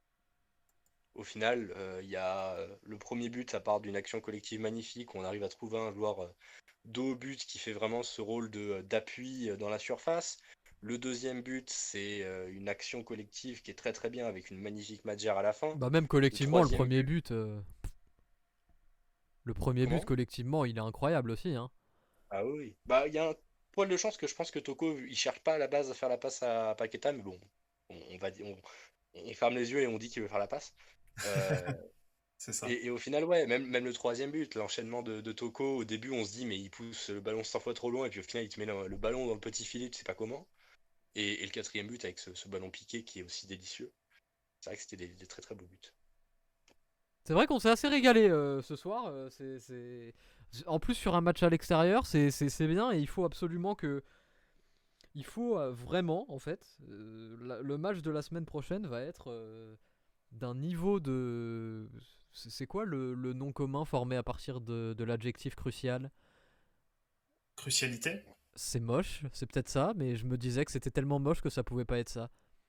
Au final, euh, il y a euh, le premier but, ça part d'une action collective magnifique. On arrive à trouver un joueur euh, dos au but qui fait vraiment ce rôle de, euh, d'appui euh, dans la surface. Le deuxième but, c'est euh, une action collective qui est très très bien avec une magnifique Madjer à la fin. Bah même Le collectivement, le troisième premier but, but, euh, le premier but comment? collectivement, il est incroyable aussi, hein. Ah oui, oui. Bah, il y a un poil de chance que je pense que Toko, il cherche pas à la base à faire la passe à Paqueta, mais bon, on, on va dire, on, on ferme les yeux et on dit qu'il veut faire la passe. Euh, C'est ça. et, et au final, ouais, même, même le troisième but, l'enchaînement de, de Toko, au début, on se dit, mais il pousse le ballon cent fois trop loin, et puis au final, il te met le, le ballon dans le petit filet, tu sais pas comment. Et, et le quatrième but avec ce, ce ballon piqué qui est aussi délicieux. C'est vrai que c'était des, des très très beaux buts. C'est vrai qu'on s'est assez régalé euh, ce soir. euh, c'est, c'est- En plus, sur un match à l'extérieur, c'est, c'est- c'est bien, et il faut absolument que. Il faut euh, vraiment, en fait, euh, la- le match de la semaine prochaine va être euh, d'un niveau de. C'est c'est quoi le, le nom commun formé à partir de, de l'adjectif crucial? Crucialité? C'est moche, c'est peut-être ça, mais je me disais que c'était tellement moche que ça pouvait pas être ça.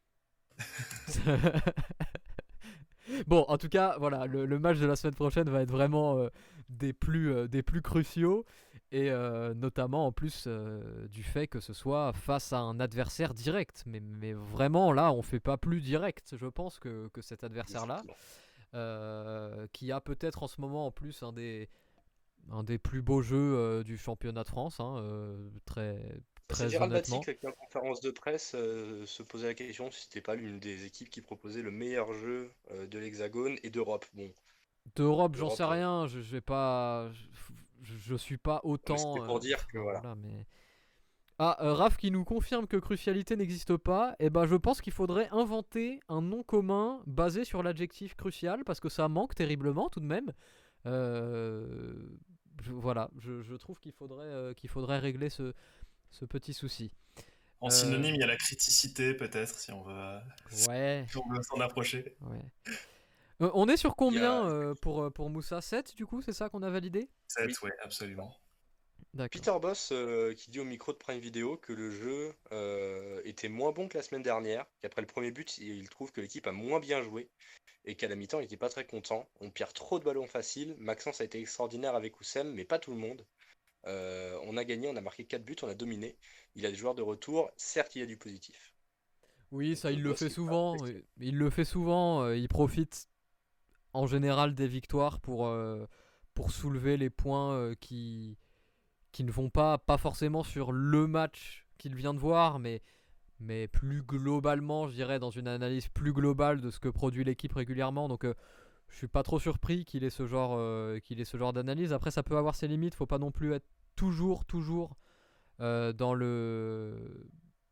Bon, en tout cas, voilà, le, le match de la semaine prochaine va être vraiment euh, des, plus, euh, des plus cruciaux, et euh, notamment en plus euh, du fait que ce soit face à un adversaire direct. Mais, mais vraiment, là, on fait pas plus direct, je pense, que, que cet adversaire-là, Effectivement. euh, qui a peut-être en ce moment en plus un des, un des plus beaux jeux euh, du championnat de France, hein, euh, très, Bah, c'est très Gérald honnêtement. Batic qui, en conférence de presse, euh, se posait la question si c'était pas l'une des équipes qui proposait le meilleur jeu euh, de l'Hexagone et d'Europe. Bon, D'Europe, j'en sais l'Europe, euh, rien, je, je vais pas, je, je suis pas mais c'était autant, pour euh, dire pff, que non, voilà. voilà, mais Ah, euh, Raph qui nous confirme que crucialité n'existe pas. Et ben, je pense qu'il faudrait inventer un nom commun basé sur l'adjectif crucial parce que ça manque terriblement tout de même. Euh, je- voilà, je, je trouve qu'il faudrait, euh, qu'il faudrait régler ce, ce petit souci. En Euh, synonyme, il y a la criticité, peut-être, si on veut, euh, ouais, si on veut s'en approcher. ouais. Euh, on est sur Il y a combien euh, pour, euh, pour Moussa? Sept du coup, c'est ça qu'on a validé? oui, sept, ouais, absolument. D'accord. Peter Boss euh, qui dit au micro de Prime Video que le jeu euh, était moins bon que la semaine dernière, qu'après le premier but, il il trouve que l'équipe a moins bien joué et qu'à la mi-temps, il n'était pas très content. On perd trop de ballons faciles. Maxence a été extraordinaire avec Oussem, mais pas tout le monde. Euh, on a gagné, on a marqué quatre buts, on a dominé. Il a des joueurs de retour, certes, il y a du positif. Oui, Donc ça le il le boss fait qui est pas souvent. apprécié. euh, Il le fait souvent. euh, Il profite en général des victoires pour, euh, pour soulever les points euh, qui, qui ne vont pas, pas forcément sur le match qu'il vient de voir, mais, mais plus globalement, je dirais, dans une analyse plus globale de ce que produit l'équipe régulièrement. Donc euh, je suis pas trop surpris qu'il ait ce genre, euh, qu'il ait ce genre d'analyse. Après, ça peut avoir ses limites. Faut pas non plus être toujours, toujours euh, dans le.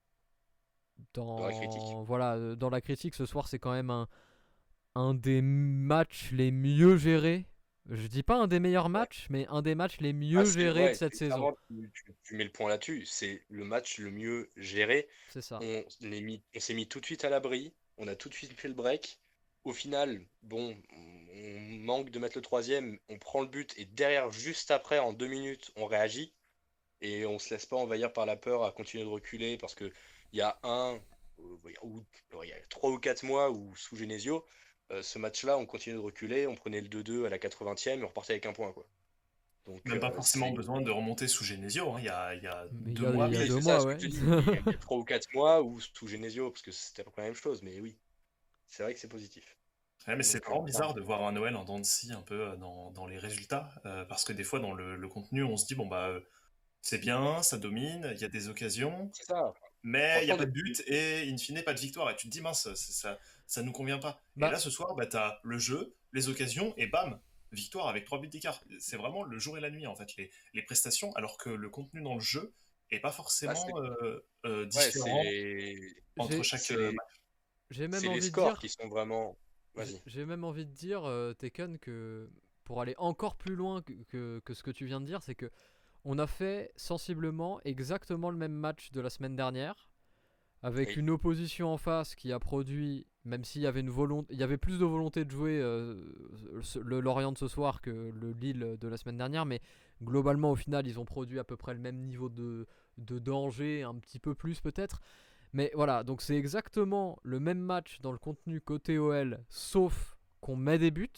Dans la critique. Dans, voilà, euh, dans la critique. Ce soir, c'est quand même un, un des matchs les mieux gérés. Je dis pas un des meilleurs Ouais. matchs, mais un des matchs les Ah, mieux c'est gérés de ouais, cette c'est saison. clairement, tu, tu- tu mets le point là-dessus. C'est le match le mieux géré. C'est ça. On, est mis, on s'est mis tout de suite à l'abri. On a tout de suite fait le break. Au final, bon, on, on manque de mettre le troisième. On prend le but et derrière, juste après, en deux minutes, on réagit. Et on se laisse pas envahir par la peur à continuer de reculer parce que il y a un euh, ou il y a trois ou quatre mois où sous Genesio, euh, ce match-là, on continuait de reculer, on prenait le deux deux à la quatre-vingtième et on repartait avec un point quoi. Donc Même pas euh, forcément c'est besoin de remonter sous Genesio, hein. Il y a, il y a Mais il y deux a, il mois, y a oui, peut-être. deux c'est ça mois, ce que ouais. je te dis. Il y a, il y a trois ou quatre mois où sous Genesio parce que c'était à peu près la même chose, mais oui, c'est vrai que c'est positif. Ouais, mais c'est Donc euh, vraiment clairement. bizarre de voir un Noël en dents de scie un peu euh, dans, dans les résultats, euh, parce que des fois dans le, le contenu on se dit bon bah euh, c'est bien, ça domine, il y a des occasions, C'est ça. mais il n'y a Franchement, pas de depuis. but et in fine pas de victoire et tu te dis mince c'est- ça ça nous convient pas. Et Bah, là ce soir bah t'as le jeu, les occasions et bam victoire avec trois buts d'écart. C'est vraiment le jour et la nuit en fait les, les prestations alors que le contenu dans le jeu est pas Bah, c'est forcément euh, euh, ouais, c'est différent les entre j'ai, chaque c'est euh, les match. j'ai même c'est les envie de scores qui dire, sont vraiment. j'ai Vas-y. j'ai même envie de dire, euh, Tekken, que pour aller encore plus loin que, que, que ce que tu viens de dire, c'est que on a fait sensiblement exactement le même match de la semaine dernière, avec Oui. une opposition en face qui a produit, même s'il y avait une volonté, il y avait plus de volonté de jouer euh, le Lorient de ce soir que le Lille de la semaine dernière, mais globalement au final ils ont produit à peu près le même niveau de, de danger, un petit peu plus peut-être. Mais voilà, donc c'est exactement le même match dans le contenu côté O L, sauf qu'on met des buts,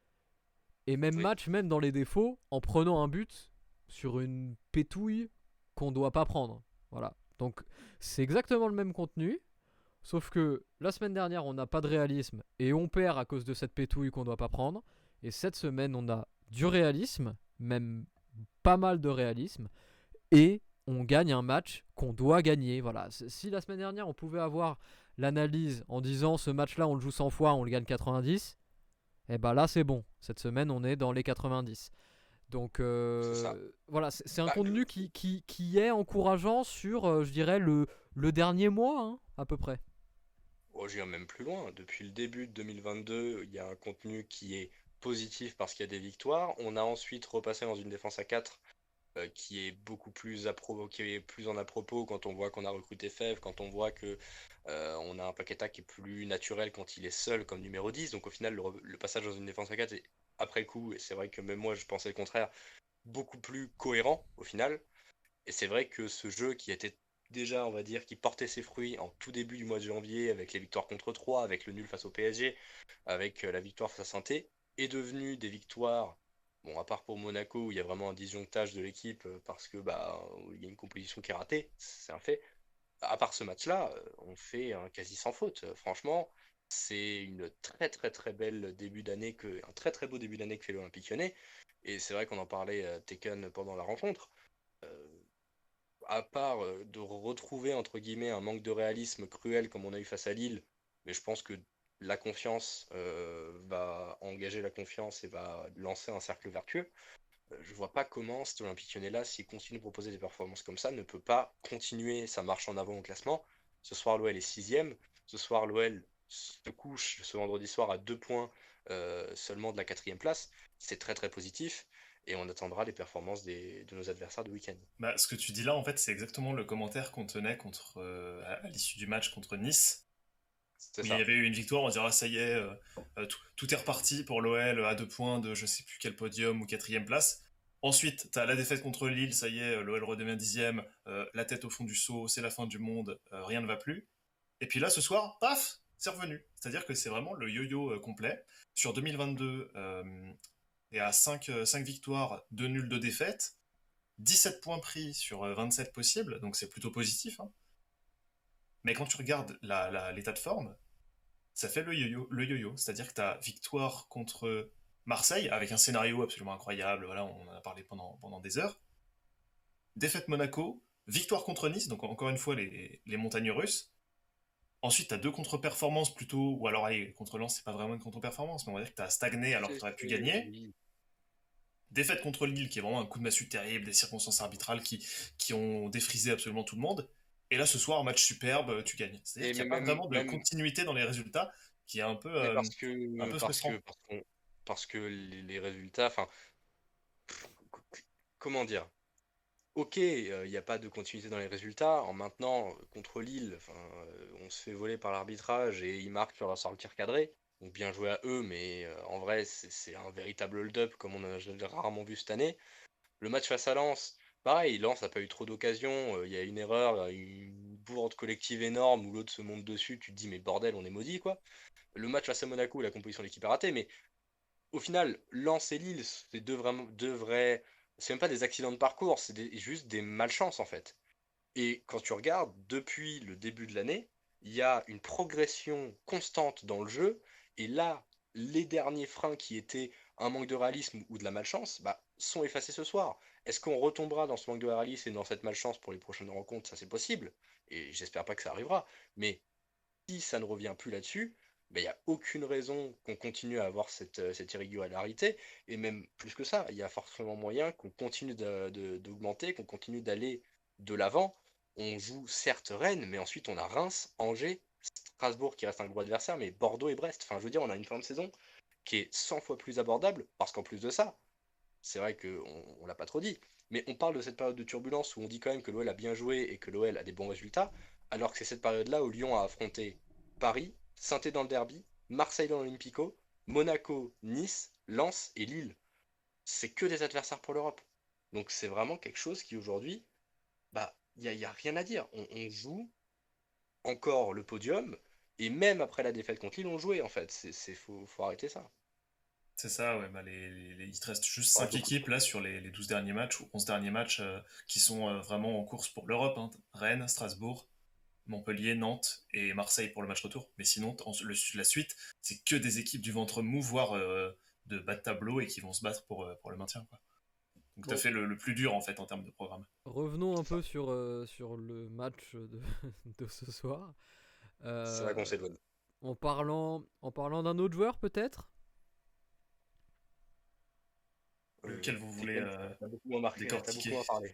et même Oui. match même dans les défauts, en prenant un but sur une pétouille qu'on doit pas prendre. Voilà. Donc c'est exactement le même contenu, sauf que la semaine dernière on n'a pas de réalisme et on perd à cause de cette pétouille qu'on doit pas prendre. Et cette semaine on a du réalisme, même pas mal de réalisme, et on gagne un match qu'on doit gagner. Voilà. Si la semaine dernière on pouvait avoir l'analyse en disant ce match-là on le joue cent fois, on le gagne quatre-vingt-dix, et eh ben là c'est bon. Cette semaine on est dans les quatre-vingt-dix. Donc C'est ça. euh, voilà, c'est c'est un Bah, contenu qui, qui, qui est encourageant sur, euh, je dirais, le, le dernier mois, hein, à peu près. oh, j'irai même plus loin. Depuis le début de deux mille vingt-deux, il y a un contenu qui est positif parce qu'il y a des victoires. On a ensuite repassé dans une défense à quatre euh, qui est beaucoup plus à pro- qui est plus en à propos quand on voit qu'on a recruté Fev, quand on voit que euh, on a un Paqueta qui est plus naturel quand il est seul comme numéro dix. Donc au final, le, re- le passage dans une défense à quatre est après le coup, et c'est vrai que même moi je pensais le contraire, beaucoup plus cohérent au final. Et c'est vrai que ce jeu qui était déjà, on va dire, qui portait ses fruits en tout début du mois de janvier, avec les victoires contre trois, avec le nul face au P S G, avec euh, la victoire face à Saint-Étienne, est devenu des victoires, bon, à part pour Monaco, où il y a vraiment un disjonctage de l'équipe, euh, parce que bah, il y a une composition qui est ratée, c'est un fait. À part ce match-là, euh, on fait un quasi sans faute. Euh, Franchement, c'est une très très très belle début d'année, que, un très très beau début d'année que fait l'Olympique Lyonnais. Et c'est vrai qu'on en parlait euh, Tekken pendant la rencontre. Euh, à part euh, de retrouver entre guillemets un manque de réalisme cruel comme on a eu face à Lille, mais je pense que la confiance euh, va engager la confiance et va lancer un cercle vertueux. Euh, Je vois pas comment cet Olympique Lyonnais-là, s'il continue de proposer des performances comme ça, ne peut pas continuer sa marche en avant au classement. Ce soir, l'O L est sixième. Ce soir, l'O L se couche ce vendredi soir à deux points euh, seulement de la quatrième place. C'est très très positif et on attendra les performances des- de nos adversaires de week-end. Bah, ce que tu dis là, en fait, c'est exactement le commentaire qu'on tenait contre, euh, à, à l'issue du match contre Nice, C'est où il y ça. avait eu une victoire, on dirait, ah, ça y est, euh, euh, tout, tout est reparti pour l'O L à deux points de je sais plus quel podium ou quatrième place. Ensuite, t'as la défaite contre Lille, ça y est, l'O L redevient dixième, euh, la tête au fond du seau, c'est la fin du monde, euh, rien ne va plus. Et puis là, ce soir, paf, c'est revenu. C'est-à-dire que c'est vraiment le yo-yo euh, complet. Sur deux mille vingt-deux, euh, et à cinq, euh, cinq victoires, deux nuls, deux défaites, dix-sept points pris sur euh, vingt-sept possibles, donc c'est plutôt positif, hein. Mais quand tu regardes la- la- l'état de forme, ça fait le yo-yo, le yo-yo. C'est-à-dire que tu as victoire contre Marseille, avec un scénario absolument incroyable, voilà, on en a parlé pendant, pendant des heures. Défaite Monaco, victoire contre Nice, donc encore une fois les, les montagnes russes. Ensuite, tu as deux contre-performances plutôt, ou alors allez, contre Lens, c'est pas vraiment une contre-performance, mais on va dire que tu as stagné alors que C'est- tu aurais pu c'est- gagner. oui. Défaite contre Lille, qui est vraiment un coup de massue terrible, des circonstances arbitrales qui, qui ont défrisé absolument tout le monde. Et là, ce soir, match superbe, tu gagnes. C'est-à-dire Et qu'il mais n'y a pas même, vraiment de même, continuité dans les résultats, qui est un peu, mais euh, parce un que, peu parce que, frustrant. parce qu'on- parce que les, les résultats, enfin, comment dire? Ok, il n'y a pas de continuité dans les résultats. En maintenant, euh, contre Lille, enfin, euh, on se fait voler par l'arbitrage et ils marquent sur un sort de tir cadré. Donc bien joué à eux, mais euh, en vrai, c'est c'est un véritable hold-up comme on a je l'ai rarement vu cette année. Le match face à Lens, pareil, Lens n'a pas eu trop d'occasions. euh, Il y a une erreur, une bourde collective énorme où l'autre se monte dessus. Tu te dis, mais bordel, on est maudit, quoi. Le match face à Monaco, la composition de l'équipe est ratée, mais au final, Lens et Lille, c'est deux, vraiment, deux vrais. C'est même pas des accidents de parcours, c'est des- juste des malchances en fait. Et quand tu regardes, depuis le début de l'année, il y a une progression constante dans le jeu. Et là, les derniers freins qui étaient un manque de réalisme ou de la malchance, bah, sont effacés ce soir. Est-ce qu'on retombera dans ce manque de réalisme et dans cette malchance pour les prochaines rencontres? Ça, c'est possible. Et j'espère pas que ça arrivera. Mais si ça ne revient plus là-dessus, ben, il n'y a aucune raison qu'on continue à avoir cette, euh, cette irrégularité. Et même plus que ça, il y a forcément moyen qu'on continue de- de- d'augmenter, qu'on continue d'aller de l'avant. On joue certes Rennes, mais ensuite on a Reims, Angers, Strasbourg qui reste un gros adversaire, mais Bordeaux et Brest. Enfin, je veux dire, on a une fin de saison qui est cent fois plus abordable, parce qu'en plus de ça, c'est vrai qu'on on l'a pas trop dit, mais on parle de cette période de turbulence où on dit quand même que l'O L a bien joué et que l'O L a des bons résultats, alors que c'est cette période-là où Lyon a affronté Paris, Saint-Étienne dans le derby, Marseille dans l'Olympico, Monaco, Nice, Lens et Lille. C'est que des adversaires pour l'Europe. Donc c'est vraiment quelque chose qui aujourd'hui, bah, il n'y a, y a rien à dire. On, on joue encore le podium, et même après la défaite contre Lille, on jouait en fait. C'est, c'est, faut, faut arrêter ça. C'est ça, ouais, bah les, les- les- il te reste juste Ouais, cinq beaucoup équipes trop. là sur les, les douze derniers matchs ou onze derniers matchs euh, qui sont euh, vraiment en course pour l'Europe, hein. Rennes, Strasbourg, Montpellier, Nantes et Marseille pour le match retour. Mais sinon, en- le- la suite, c'est que des équipes du ventre mou, voire euh, de bas de tableau et qui vont se battre pour, euh, pour le maintien, quoi. Donc t'as Bon, fait le, le plus dur en fait en termes de programme. revenons un C'est ça. peu sur, euh, sur le match de, de ce soir. C'est vrai qu'on Euh, s'éloigne. en parlant, en parlant d'un autre joueur peut-être. Lequel Euh, vous voulez T'es- euh, t'as beaucoup à marquer, t'as beaucoup décortiquer? à parler.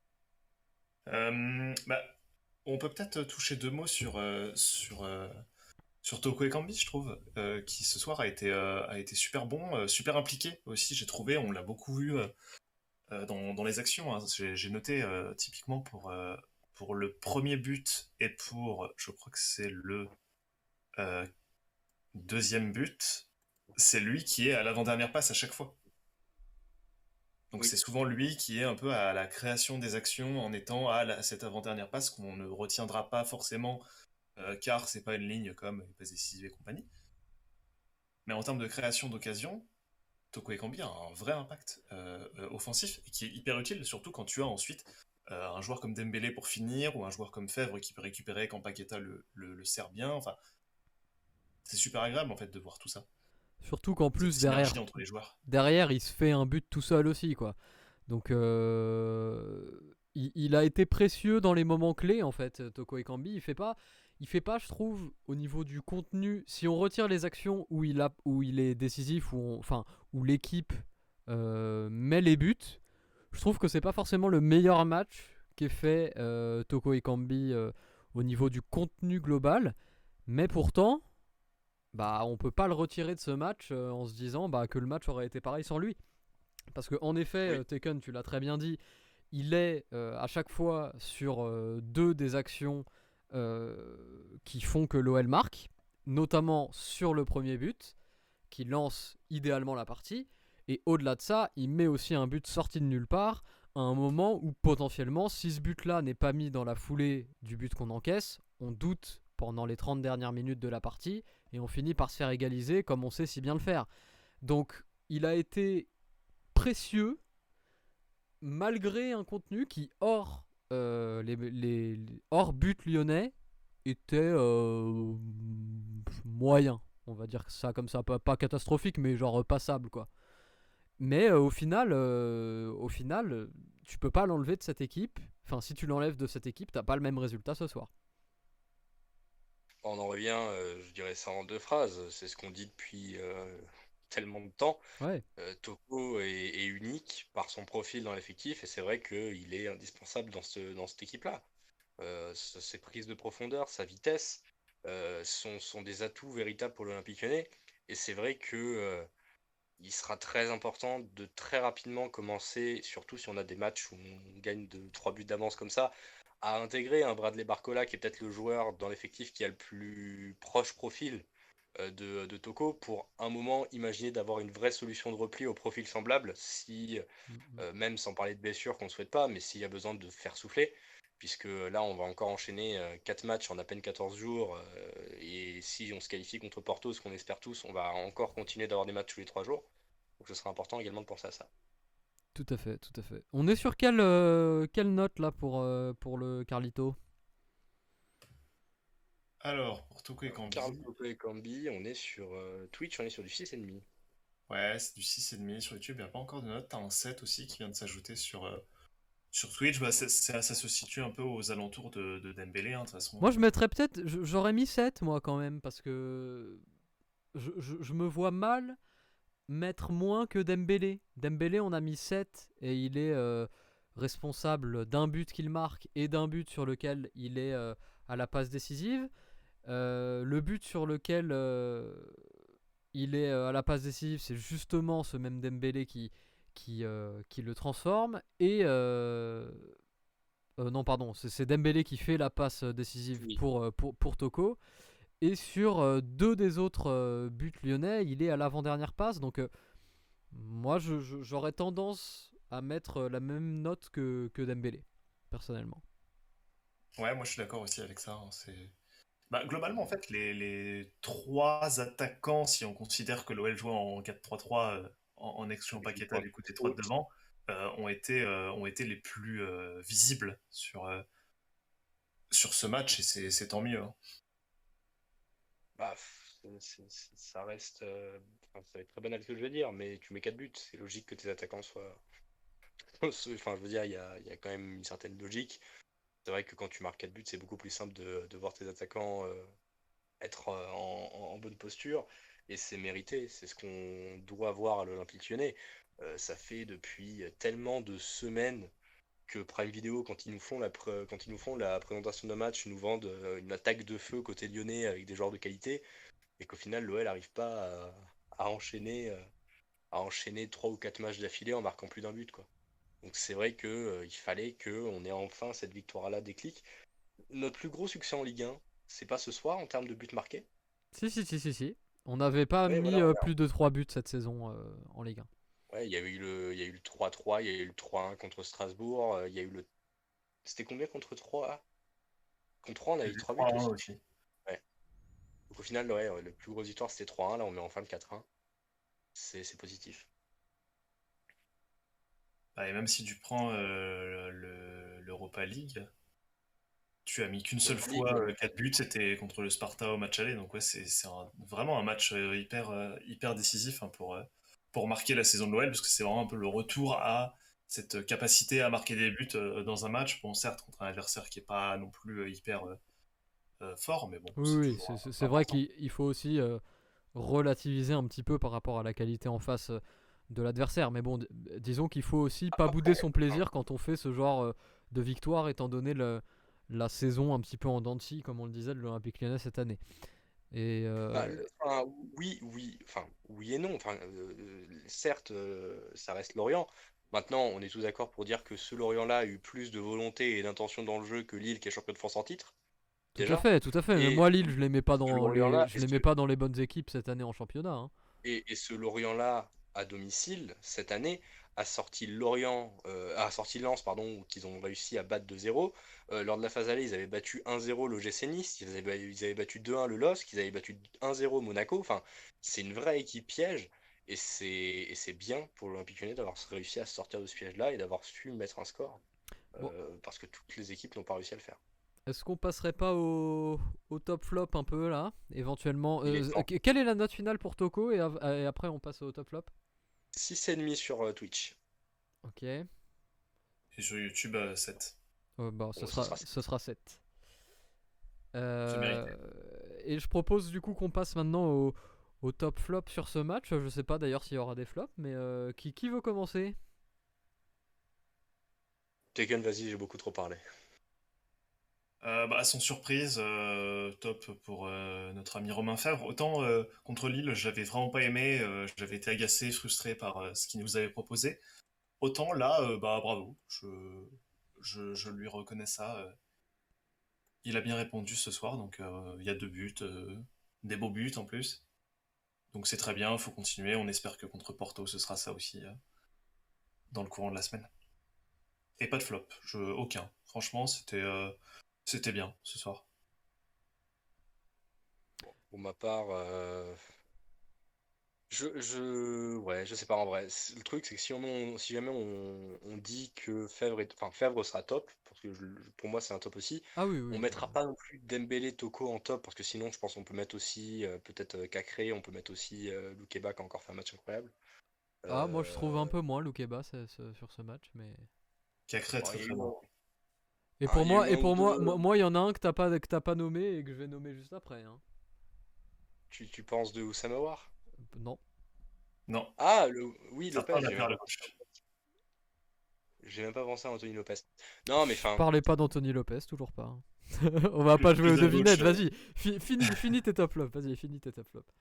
Euh, bah, on peut peut-être toucher deux mots sur, euh, sur, euh, sur Toko Ekambi, je trouve, euh, qui ce soir a été, euh, a été super bon, euh, super impliqué aussi, j'ai trouvé, on l'a beaucoup vu euh, euh, dans, dans les actions, hein. J'ai, j'ai noté euh, typiquement pour, euh, pour le premier but et pour, je crois que c'est le euh, deuxième but, c'est lui qui est à l'avant-dernière passe à chaque fois. Donc Oui, c'est souvent lui qui est un peu à la création des actions en étant à la- cette avant-dernière passe qu'on ne retiendra pas forcément euh, car c'est pas une ligne comme les passes décisives et compagnie. Mais en termes de création d'occasion, Toko Ekambi a un vrai impact euh, euh, offensif et qui est hyper utile, surtout quand tu as ensuite euh, un joueur comme Dembélé pour finir ou un joueur comme Fèvre qui peut récupérer quand Paqueta le, le, le sert bien. Enfin, c'est super agréable en fait de voir tout ça, Surtout qu'en cette plus synergie derrière, entre les joueurs. derrière, il se fait un but tout seul aussi, quoi. Donc, euh, il, il a été précieux dans les moments clés, en fait, Toko Ekambi. Il fait pas, il fait pas, je trouve, au niveau du contenu. Si on retire les actions où il a, où il est décisif, où on- enfin, où l'équipe euh, met les buts. Je trouve que c'est pas forcément le meilleur match qu'ait fait euh, Toko Ekambi euh, au niveau du contenu global, mais pourtant, bah, on peut pas le retirer de ce match euh, en se disant bah, que le match aurait été pareil sans lui. Parce que en effet, Oui. euh, Taken, tu l'as très bien dit, il est euh, à chaque fois sur euh, deux des actions euh, qui font que l'O L marque, notamment sur le premier but, qui lance idéalement la partie. Et au-delà de ça, il met aussi un but sorti de nulle part, à un moment où potentiellement, si ce but-là n'est pas mis dans la foulée du but qu'on encaisse, on doute pendant les trente dernières minutes de la partie, et on finit par se faire égaliser comme on sait si bien le faire. Donc il a été précieux, malgré un contenu qui, hors, euh, les, les, les- hors but lyonnais, était euh, moyen. On va dire ça comme ça, pas, pas catastrophique, mais genre euh, passable quoi. Mais euh, au final, euh, au final, euh, tu peux pas l'enlever de cette équipe. Enfin, si tu l'enlèves de cette équipe, t'as pas le même résultat ce soir. On en revient, euh, je dirais ça en deux phrases. C'est ce qu'on dit depuis euh, tellement de temps. Ouais, Euh, Toko est, est unique par son profil dans l'effectif et c'est vrai qu'il est indispensable dans, ce, dans cette équipe-là. Euh, ses prises de profondeur, sa vitesse euh, sont, sont des atouts véritables pour l'Olympique Lyonnais. Et c'est vrai que euh, il sera très important de très rapidement commencer, surtout si on a des matchs où on gagne de trois buts d'avance comme ça, à intégrer un Bradley Barcola qui est peut-être le joueur dans l'effectif qui a le plus proche profil euh, de, de Toko pour un moment imaginer d'avoir une vraie solution de repli au profil semblable, si euh, même sans parler de blessures qu'on ne souhaite pas, mais s'il y a besoin de faire souffler, puisque là on va encore enchaîner euh, quatre matchs en à peine quatorze jours, euh, et si on se qualifie contre Porto, ce qu'on espère tous, on va encore continuer d'avoir des matchs tous les trois jours, donc ce sera important également de penser à ça. tout à fait, tout à fait. On est sur quelle, euh, quelle note là pour, euh, pour le Carlito? Alors, pour Toko Alors, Karl Ekambi, Toko et Cambi, on est sur euh, Twitch, on est sur du six virgule cinq. ouais, c'est du six virgule cinq sur YouTube, il n'y a pas encore de note. T'as un sept aussi qui vient de s'ajouter sur, euh, sur Twitch. Bah, c'est- c'est- ça se situe un peu aux alentours de, de Dembélé, hein, de toute façon. Moi, je mettrais peut-être. J'aurais mis sept moi, quand même, parce que. Je, je- je me vois mal mettre moins que Dembélé. Dembélé, on a mis sept et il est euh, responsable d'un but qu'il marque et d'un but sur lequel il est euh, à la passe décisive. Euh, le but sur lequel euh, il est euh, à la passe décisive, c'est justement ce même Dembélé qui, qui, euh, qui le transforme. Et. euh, euh, non, pardon, c'est c'est Dembélé qui fait la passe euh, décisive Oui. pour, euh, pour, pour Toko. Et sur euh, deux des autres euh, buts lyonnais, il est à l'avant-dernière passe. Donc, euh, moi, je- je- j'aurais tendance à mettre euh, la même note que, que Dembélé, personnellement. Ouais, moi je suis d'accord aussi avec ça, hein, c'est... Bah, globalement, en fait, les, les trois attaquants, si on considère que l'O L jouait en quatre trois trois euh, en, en excluant Avec une Paqueta pointe du coup des trois de haute. devant, euh, ont été, euh, ont été les plus euh, visibles sur, euh, sur ce match et c'est c'est tant mieux, hein. Bah, c'est- c'est- c'est- ça reste. euh, enfin, ça va être très banal ce que je vais dire, mais tu mets quatre buts, c'est logique que tes attaquants soient. Enfin, je veux dire, il y a, il y a quand même une certaine logique. C'est vrai que quand tu marques quatre buts, c'est beaucoup plus simple de, de voir tes attaquants euh, être euh, en, en- en bonne posture. Et c'est mérité, c'est ce qu'on doit voir à l'Olympique Lyonnais. Euh, ça fait depuis tellement de semaines que Prime Video, quand ils nous font la, pré- quand ils nous font la présentation de match, nous vendent euh, une attaque de feu côté lyonnais avec des joueurs de qualité, et qu'au final, l'O L n'arrive pas à, à enchaîner, euh, à enchaîner trois ou quatre matchs d'affilée en marquant plus d'un but, quoi. Donc c'est vrai que euh, il fallait qu'on ait enfin cette victoire-là déclic. Notre plus gros succès en Ligue un, c'est pas ce soir en termes de buts marqués. Si, si, si, si, si. On n'avait pas Ouais, mis voilà, euh, on a- plus de trois buts cette saison euh, en Ligue un. ouais, il y a eu le, il y a eu le trois trois, il y a eu le trois un contre Strasbourg, euh, il y a eu le. C'était combien contre trois? Contre trois, on a eu C'était trois buts trois un aussi. aussi. Ouais. Donc au final, ouais, ouais, le plus gros victoire c'était trois un, là on met enfin le quatre un. C'est c'est positif. Bah, et même si tu prends euh, le- l'Europa League, tu as mis qu'une seule Europa League, fois ouais. euh, quatre buts, c'était contre le Sparta au match aller, donc ouais, c'est c'est un- vraiment un match euh, hyper, euh, hyper décisif, hein, pour, euh, pour marquer la saison de l'O L, parce que c'est vraiment un peu le retour à cette capacité à marquer des buts euh, dans un match, bon certes contre un adversaire qui est pas non plus euh, hyper euh, euh, fort, mais bon, Oui, c'est oui, toujours c'est- c'est c'est vrai important. qu'il il faut aussi euh, relativiser un petit peu par rapport à la qualité en face. de l'adversaire. Mais bon, d- disons qu'il faut aussi pas bouder son plaisir quand on fait ce genre euh, de victoire, étant donné le, la saison un petit peu en dents de scie, comme on le disait, de l'Olympique Lyonnais cette année. Et Bah, euh, le- enfin, oui, oui, enfin, oui et non. Enfin, euh, certes, euh, ça reste Lorient. Maintenant, on est tous d'accord pour dire que ce Lorient-là a eu plus de volonté et d'intention dans le jeu que Lille, qui est champion de France en titre, tout à déjà. fait, tout à fait. Mais Et moi, Lille, je les mets pas ce dans les, Lorient-là, je et les ce, mets pas dans les bonnes équipes cette année en championnat, hein. et, et ce Lorient-là, à domicile, cette année, a sorti Lorient, euh, a sorti Lens, pardon, qu'ils ont réussi à battre deux zéro. Euh, lors de la phase aller, ils avaient battu un zéro l'O G C Nice, ils avaient, ils avaient battu deux un le L O S C, ils avaient battu un zéro Monaco. Enfin, c'est une vraie équipe piège. Et c'est et c'est bien pour l'Olympique Lyonnais d'avoir réussi à sortir de ce piège-là et d'avoir su mettre un score. Bon, Euh, parce que toutes les équipes n'ont pas réussi à le faire. est-ce qu'on passerait pas au, au top flop un peu là, éventuellement Il est euh, temps. que- Quelle est la note finale pour Toko et, av- et après on passe au top flop? six virgule cinq sur euh, Twitch. Ok. Et sur YouTube, euh, sept. Euh, bah, ce Bon, ce sera, sera ce sera sept. C'est Euh, mérité. et je propose du coup qu'on passe maintenant au, au top flop sur ce match. Je sais pas d'ailleurs s'il y aura des flops, mais euh, qui, qui veut commencer? Tekken, vas-y, j'ai beaucoup trop parlé. Euh, bah, sans surprise, euh, top pour euh, notre ami Romain Fèvre. Autant euh, contre Lille, j'avais vraiment pas aimé, euh, j'avais été agacé, frustré par euh, ce qu'il nous avait proposé. Autant là, euh, bah bravo, je, je, je lui reconnais ça. euh. Il a bien répondu ce soir, donc euh, il y a deux buts, euh, des beaux buts en plus. Donc c'est très bien, il faut continuer. On espère que contre Porto, ce sera ça aussi euh, dans le courant de la semaine. Et pas de flop, je, aucun. Franchement, c'était euh, c'était bien ce soir. Pour ma part, euh, je, je, ouais, je sais pas en vrai. C'est- Le truc, c'est que si, on, si jamais on, on dit que Fèvre, est, enfin, Fèvre sera top, parce que je- pour moi c'est un top aussi, Ah oui, on oui. mettra euh. pas non plus Dembélé, Toko en top, parce que sinon je pense qu'on peut mettre aussi euh, peut-être euh, Cacré, on peut mettre aussi euh, Loukeba qui a encore fait un match incroyable. Ah, moi je trouve un Euh, peu moins Loukeba c'est- c'est- sur ce match, mais. Cacré bon, très il y a très eu bon. un, Et ah, pour il y a moi, eu et un ou pour moi, moi, deux. moi, il y en a un que t'as pas, que t'as pas nommé et que je vais nommer juste après, hein. Tu, tu penses de Oussama War? Euh, Non. Non, Ah, le, oui, certains Lopez, la j'ai même perd pas le pensé. coach. J'ai même pas pensé à Anthony Lopez. Non, mais enfin, Parlez pas d'Anthony Lopez, toujours pas, hein. On va pas Plus, jouer aux plus à gauche. devinettes, euh, vas-y. Fi- Finis, finis tes top flops, vas-y, finis tes top flops.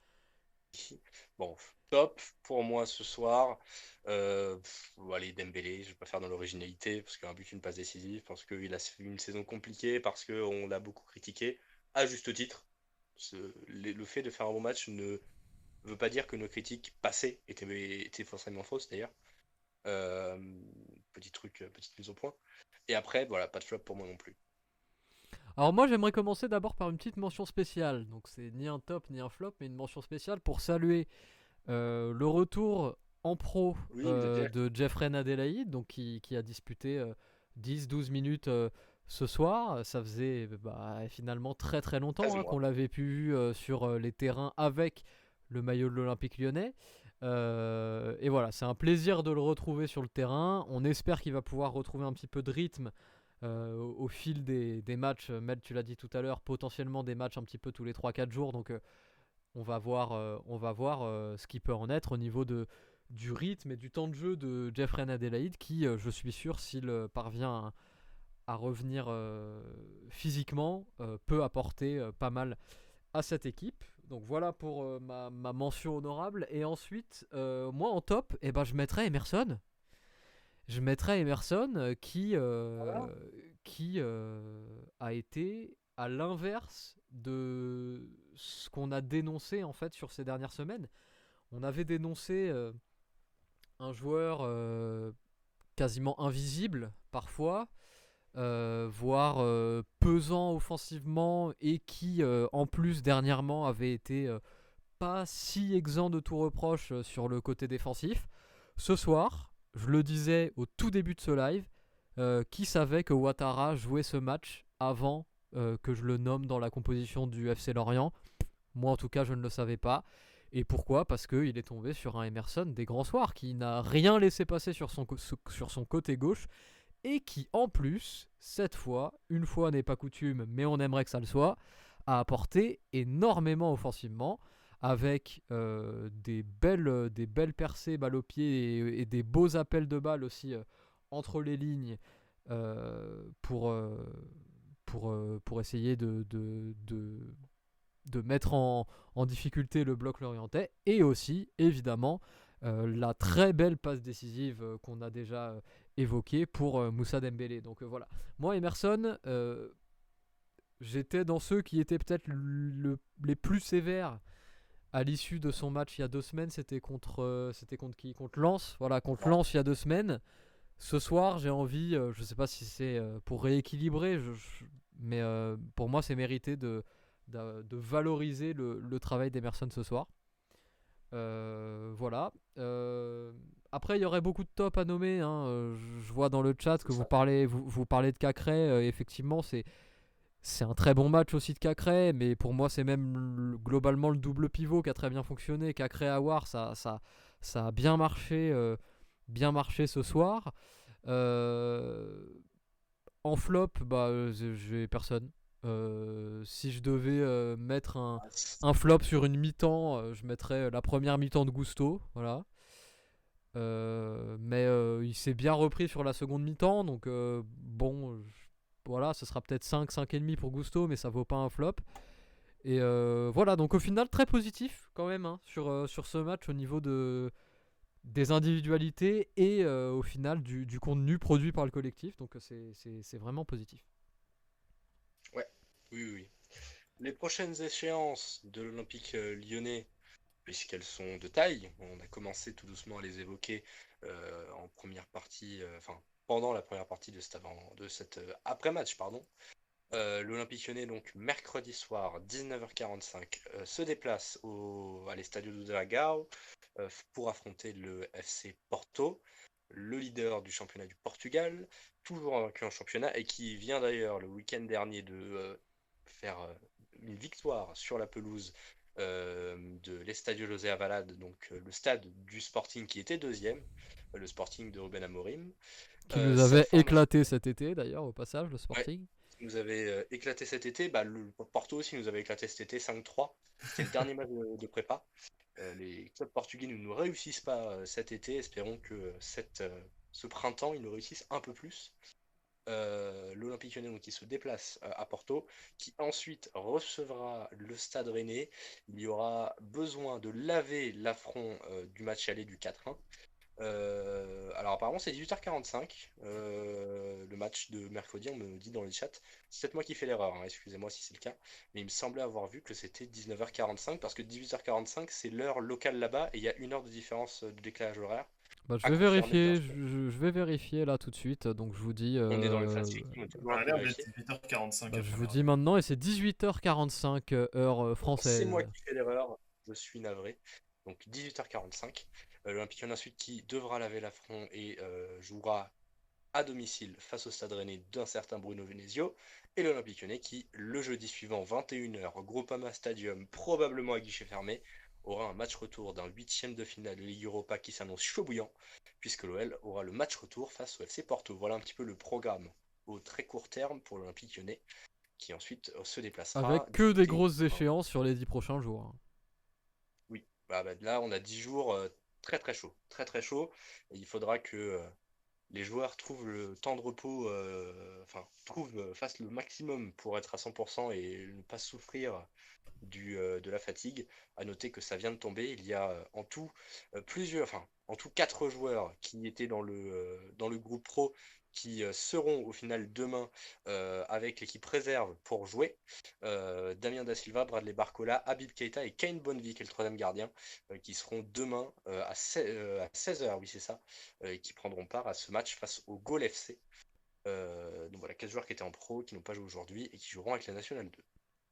bon, top pour moi ce soir. Euh, pff, bon, allez, Dembélé, je vais pas faire dans l'originalité parce qu'un but, une passe décisive, parce qu'il a fait une saison compliquée, parce qu'on l'a beaucoup critiqué, à juste titre. Ce- le le fait de faire un bon match ne veut pas dire que nos critiques passées étaient, étaient forcément fausses d'ailleurs. Euh, petit truc, euh, petite mise au point. Et après, voilà, pas de flop pour moi non plus. Alors moi, j'aimerais commencer d'abord par une petite mention spéciale. Donc c'est ni un top ni un flop, mais une mention spéciale pour saluer euh, le retour en pro Oui, de euh, Jeff. de Jeffrey Adelaide, donc qui, qui a disputé euh, dix douze minutes euh, ce soir. Ça faisait bah, finalement très très longtemps treize hein, qu'on mois. l'avait pu vu euh, sur euh, les terrains avec le maillot de l'Olympique lyonnais. Euh, et voilà, c'est un plaisir de le retrouver sur le terrain. On espère qu'il va pouvoir retrouver un petit peu de rythme euh, au, au fil des, des matchs. Mel, tu l'as dit tout à l'heure, potentiellement des matchs un petit peu tous les trois quatre jours. Donc euh, on va voir, euh, on va voir euh, ce qui peut en être au niveau de, du rythme et du temps de jeu de Jeffrey Adelaide qui, euh, je suis sûr, s'il euh, parvient à, à revenir euh, physiquement, euh, peut apporter euh, pas mal à cette équipe. Donc voilà pour euh, ma, ma mention honorable. Et ensuite, euh, moi en top, eh ben, je mettrais Emerson. Je mettrais Emerson euh, qui, euh, qui euh, a été à l'inverse de ce qu'on a dénoncé en fait sur ces dernières semaines. On avait dénoncé euh, un joueur euh, quasiment invisible parfois, euh, voire euh, pesant offensivement et qui euh, en plus dernièrement avait été euh, pas si exempt de tout reproche euh, sur le côté défensif. Ce soir, je le disais au tout début de ce live, euh, qui savait que Ouattara jouait ce match avant euh, que je le nomme dans la composition du F C Lorient. Moi en tout cas je ne le savais pas. Et pourquoi? Parce qu'il est tombé sur un Emerson des grands soirs qui n'a rien laissé passer sur son, sur son côté gauche et qui en plus, cette fois, une fois n'est pas coutume mais on aimerait que ça le soit, a apporté énormément offensivement. avec euh, des, belles, des belles percées balles au pied et, et des beaux appels de balles aussi euh, entre les lignes euh, pour, euh, pour, euh, pour essayer de, de, de, de mettre en, en difficulté le bloc lorientais. Et aussi, évidemment, euh, la très belle passe décisive euh, qu'on a déjà euh, évoquée pour euh, Moussa Dembélé. Donc euh, voilà, moi Emerson, euh, j'étais dans ceux qui étaient peut-être le, les plus sévères à l'issue de son match il y a deux semaines. C'était contre, euh, c'était contre qui? Contre Lens. Voilà, contre Lens il y a deux semaines. Ce soir, j'ai envie, euh, je ne sais pas si c'est euh, pour rééquilibrer, je, je, mais euh, pour moi, c'est mérité de, de, de valoriser le, le travail d'Emerson ce soir. Euh, voilà. Euh, après, il y aurait beaucoup de tops à nommer. Hein. Euh, Je, je vois dans le chat que vous parlez, vous, vous parlez de Cacré. Euh, effectivement, c'est c'est un très bon match aussi de Cacré, mais pour moi, c'est même le- globalement le double pivot qui a très bien fonctionné. Cacré Aouar, ça, ça, ça a bien marché, euh, bien marché ce soir. Euh, en flop, bah, euh, j'ai personne. Euh, si je devais euh, mettre un, un flop sur une mi-temps, euh, je mettrais la première mi-temps de Gusto. Voilà. Euh, mais euh, il s'est bien repris sur la seconde mi-temps, donc euh, bon, je- voilà, ce sera peut-être cinq, cinq virgule cinq pour Gusto, mais ça vaut pas un flop. Et euh, voilà, donc au final, très positif quand même hein, sur, euh, sur ce match au niveau de, des individualités et euh, au final du, du contenu produit par le collectif, donc c'est, c'est, c'est vraiment positif. Ouais, oui, oui, oui. Les prochaines échéances de l'Olympique euh, lyonnais, puisqu'elles sont de taille, on a commencé tout doucement à les évoquer euh, en première partie, euh, enfin pendant la première partie de cette, avant, de cette euh, après-match, pardon. Euh, L'Olympique lyonnais, donc mercredi soir, dix-neuf heures quarante-cinq, euh, se déplace au, à l'Estadio do Dragão euh, pour affronter le F C Porto, le leader du championnat du Portugal, toujours invaincu en championnat et qui vient d'ailleurs le week-end dernier de euh, faire euh, une victoire sur la pelouse euh, de l'Estadio José Avalad, donc euh, le stade du Sporting qui était deuxième, euh, le Sporting de Ruben Amorim. Qui Euh, nous cette avait formation, éclaté cet été d'ailleurs au passage, le ouais, Sporting. qui nous avait euh, éclaté cet été, bah, le Porto aussi nous avait éclaté cet été cinq trois. C'était le dernier match de, de prépa. Euh, les clubs portugais ne nous réussissent pas euh, cet été. Espérons que euh, cette, euh, ce printemps, ils nous réussissent un peu plus. Euh, L'Olympique Lyonnais donc, qui se déplace euh, à Porto, qui ensuite recevra le Stade Rennais. Il y aura besoin de laver l'affront euh, du match aller du quatre un. Euh, alors apparemment c'est dix-huit heures quarante-cinq euh, le match de mercredi, on me dit dans les chats. C'est peut-être moi qui fais l'erreur, hein, excusez-moi si c'est le cas. Mais il me semblait avoir vu que c'était dix-neuf heures quarante-cinq parce que dix-huit heures quarante-cinq c'est l'heure locale là-bas et il y a une heure de différence de décalage horaire. Bah, je À vais confirmer bien vérifier, sûr. je, je- je vais vérifier là tout de suite, donc je vous dis, On est dans le euh, fast-checking, on est toujours Ça un a peu l'air d'être vérifié. dix-huit heures quarante-cinq bah, à je vous première dis vue. maintenant et c'est dix-huit heures quarante-cinq euh, heure euh, C'est française. moi qui fais l'erreur, je suis navré. Donc dix-huit heures quarante-cinq. Euh, L'Olympique Lyonnais ensuite qui devra laver l'affront et euh, jouera à domicile face au Stade Rennais d'un certain Bruno Venezio, et l'Olympique Lyonnais qui, le jeudi suivant, vingt et une heures, Groupama Stadium, probablement à guichet fermé, aura un match retour d'un huitième de finale de Ligue Europa qui s'annonce chaud bouillant, puisque l'O L aura le match retour face au F C Porto. Voilà un petit peu le programme au très court terme pour l'Olympique Lyonnais, qui ensuite euh, se déplacera Avec du que des côté. grosses Enfin, échéances sur les dix prochains jours. Hein. oui, bah, bah, là on a dix jours euh, très très chaud, très très chaud, et il faudra que euh, les joueurs trouvent le temps de repos, euh, enfin, trouvent, euh, fassent le maximum pour être à cent pour cent et ne pas souffrir du, euh, de la fatigue. À noter que ça vient de tomber. Il y a euh, en tout euh, plusieurs, enfin, en tout quatre joueurs qui étaient dans le, euh, dans le groupe pro qui euh, seront au final demain euh, avec l'équipe réserve pour jouer. Euh, Damien Da Silva, Bradley Barcola, Habib Keita et Kane Bonvi, qui est le troisième gardien, euh, qui seront demain euh, à, seize heures, oui c'est ça, euh, et qui prendront part à ce match face au Gol F C. Euh, donc voilà, quatre joueurs qui étaient en pro, qui n'ont pas joué aujourd'hui et qui joueront avec la Nationale deux.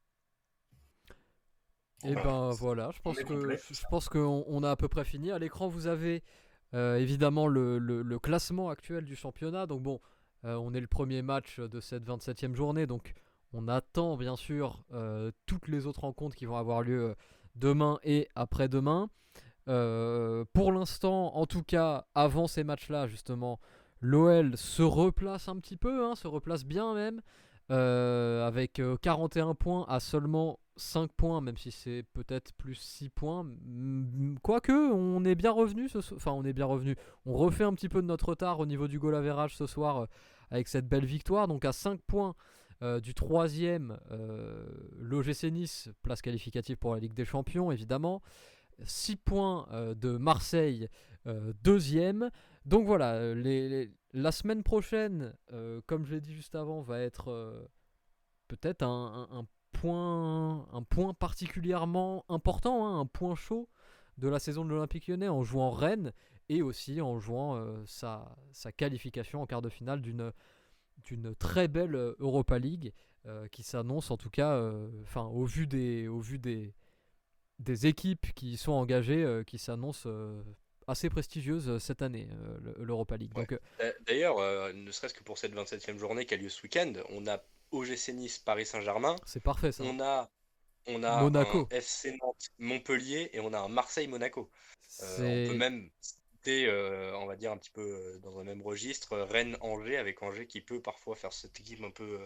Et Bah, ben voilà, je on pense est que complet. je je pense qu'on on a à peu près fini. À l'écran, vous avez euh, évidemment le, le- le classement actuel du championnat. Donc bon, euh, on est le premier match de cette vingt-septième journée, donc on attend bien sûr euh, toutes les autres rencontres qui vont avoir lieu euh, demain et après-demain. Euh, pour l'instant, en tout cas, avant ces matchs-là, justement, l'O L se replace un petit peu, hein, se replace bien même. euh, avec euh, quarante et un points à seulement cinq points, même si c'est peut-être plus six points. Mm, Quoique, on est bien revenu, ce so- enfin on est bien revenu. On refait un petit peu de notre retard au niveau du goal average ce soir euh, avec cette belle victoire. Donc à cinq points euh, du troisième, euh, l'O G C Nice, place qualificative pour la Ligue des Champions évidemment. six points euh, de Marseille, euh, deuxième. Donc voilà, euh, les, les- la semaine prochaine, euh, comme je l'ai dit juste avant, va être euh, peut-être un, un- un point, un point particulièrement important, hein, un point chaud de la saison de l'Olympique Lyonnais en jouant Rennes et aussi en jouant euh, sa, sa qualification en quart de finale d'une d'une très belle euh, Europa League euh, qui s'annonce en tout cas, euh, enfin au vu des, au vu des, des équipes qui sont engagées, euh, qui s'annoncent euh, assez prestigieuses euh, cette année, euh, le- l'Europa League. Ouais. Donc euh, D'a- D'ailleurs, euh, ne serait-ce que pour cette vingt-septième journée qui a lieu ce week-end, on a O G C Nice Paris Saint-Germain, c'est parfait ça, hein. on a, on a un Monaco, F C Nantes Montpellier et on a un Marseille Monaco. Euh, on peut c'est même citer, euh, on va dire un petit peu euh, dans un même registre, Rennes Angers avec Angers qui peut parfois faire cette équipe un peu, euh,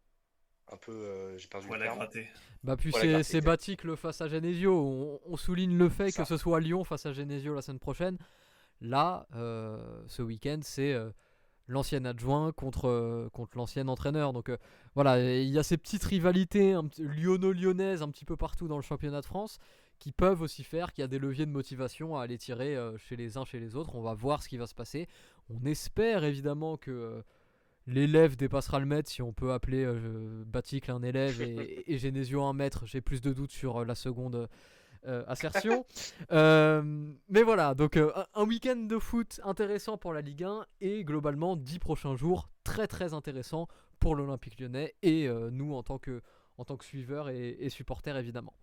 un peu, euh, j'ai perdu le Voilà, terme. gratter. bah puis Voilà, c'est gratter c'est exact. Baticle face à Genesio. On, on souligne le fait que Ça. ce soit Lyon face à Genesio la semaine prochaine. Là, euh, ce week-end, c'est euh, l'ancien adjoint contre, euh, contre l'ancien entraîneur. Donc euh, voilà, il y a ces petites rivalités un petit- lyonno-lyonnaises un petit peu partout dans le championnat de France qui peuvent aussi faire qu'il y a des leviers de motivation à aller tirer euh, chez les uns, chez les autres. On va voir ce qui va se passer. On espère évidemment que euh, l'élève dépassera le maître, si on peut appeler euh, Baticle un élève et, et Genesio un maître. J'ai plus de doutes sur euh, la seconde euh, assertion. Euh, mais voilà, donc euh, un, un week-end de foot intéressant pour la Ligue un et globalement dix prochains jours très très intéressants pour l'Olympique Lyonnais et euh, nous en tant que, en tant que suiveurs et, et supporters évidemment.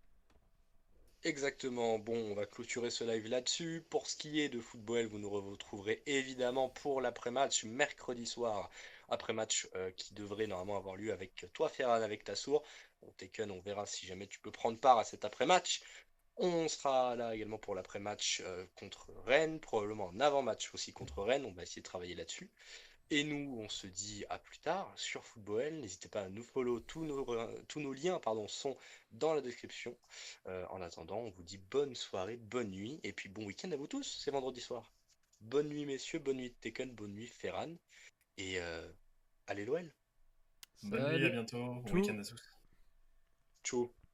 Exactement. Bon, on va clôturer ce live là-dessus. Pour ce qui est de football, vous nous retrouverez évidemment pour l'après-match mercredi soir. Après-match euh, qui devrait normalement avoir lieu avec toi, Ferran, avec ta sour. Bon, Taken, on verra si jamais tu peux prendre part à cet après-match. On sera là également pour l'après-match euh, contre Rennes, probablement en avant-match aussi contre Rennes. On va essayer de travailler là-dessus. Et nous, on se dit à plus tard sur Football. N'hésitez pas à nous follow. Tous nos, tous nos liens pardon, sont dans la description. Euh, en attendant, on vous dit bonne soirée, bonne nuit. Et puis bon week-end à vous tous. C'est vendredi soir. Bonne nuit, messieurs. Bonne nuit, Tekken. Bonne nuit, Ferran. Et euh, allez, l'O L. Bonne nuit, à Salut, bientôt, bon ciao. week-end à tous. Ciao.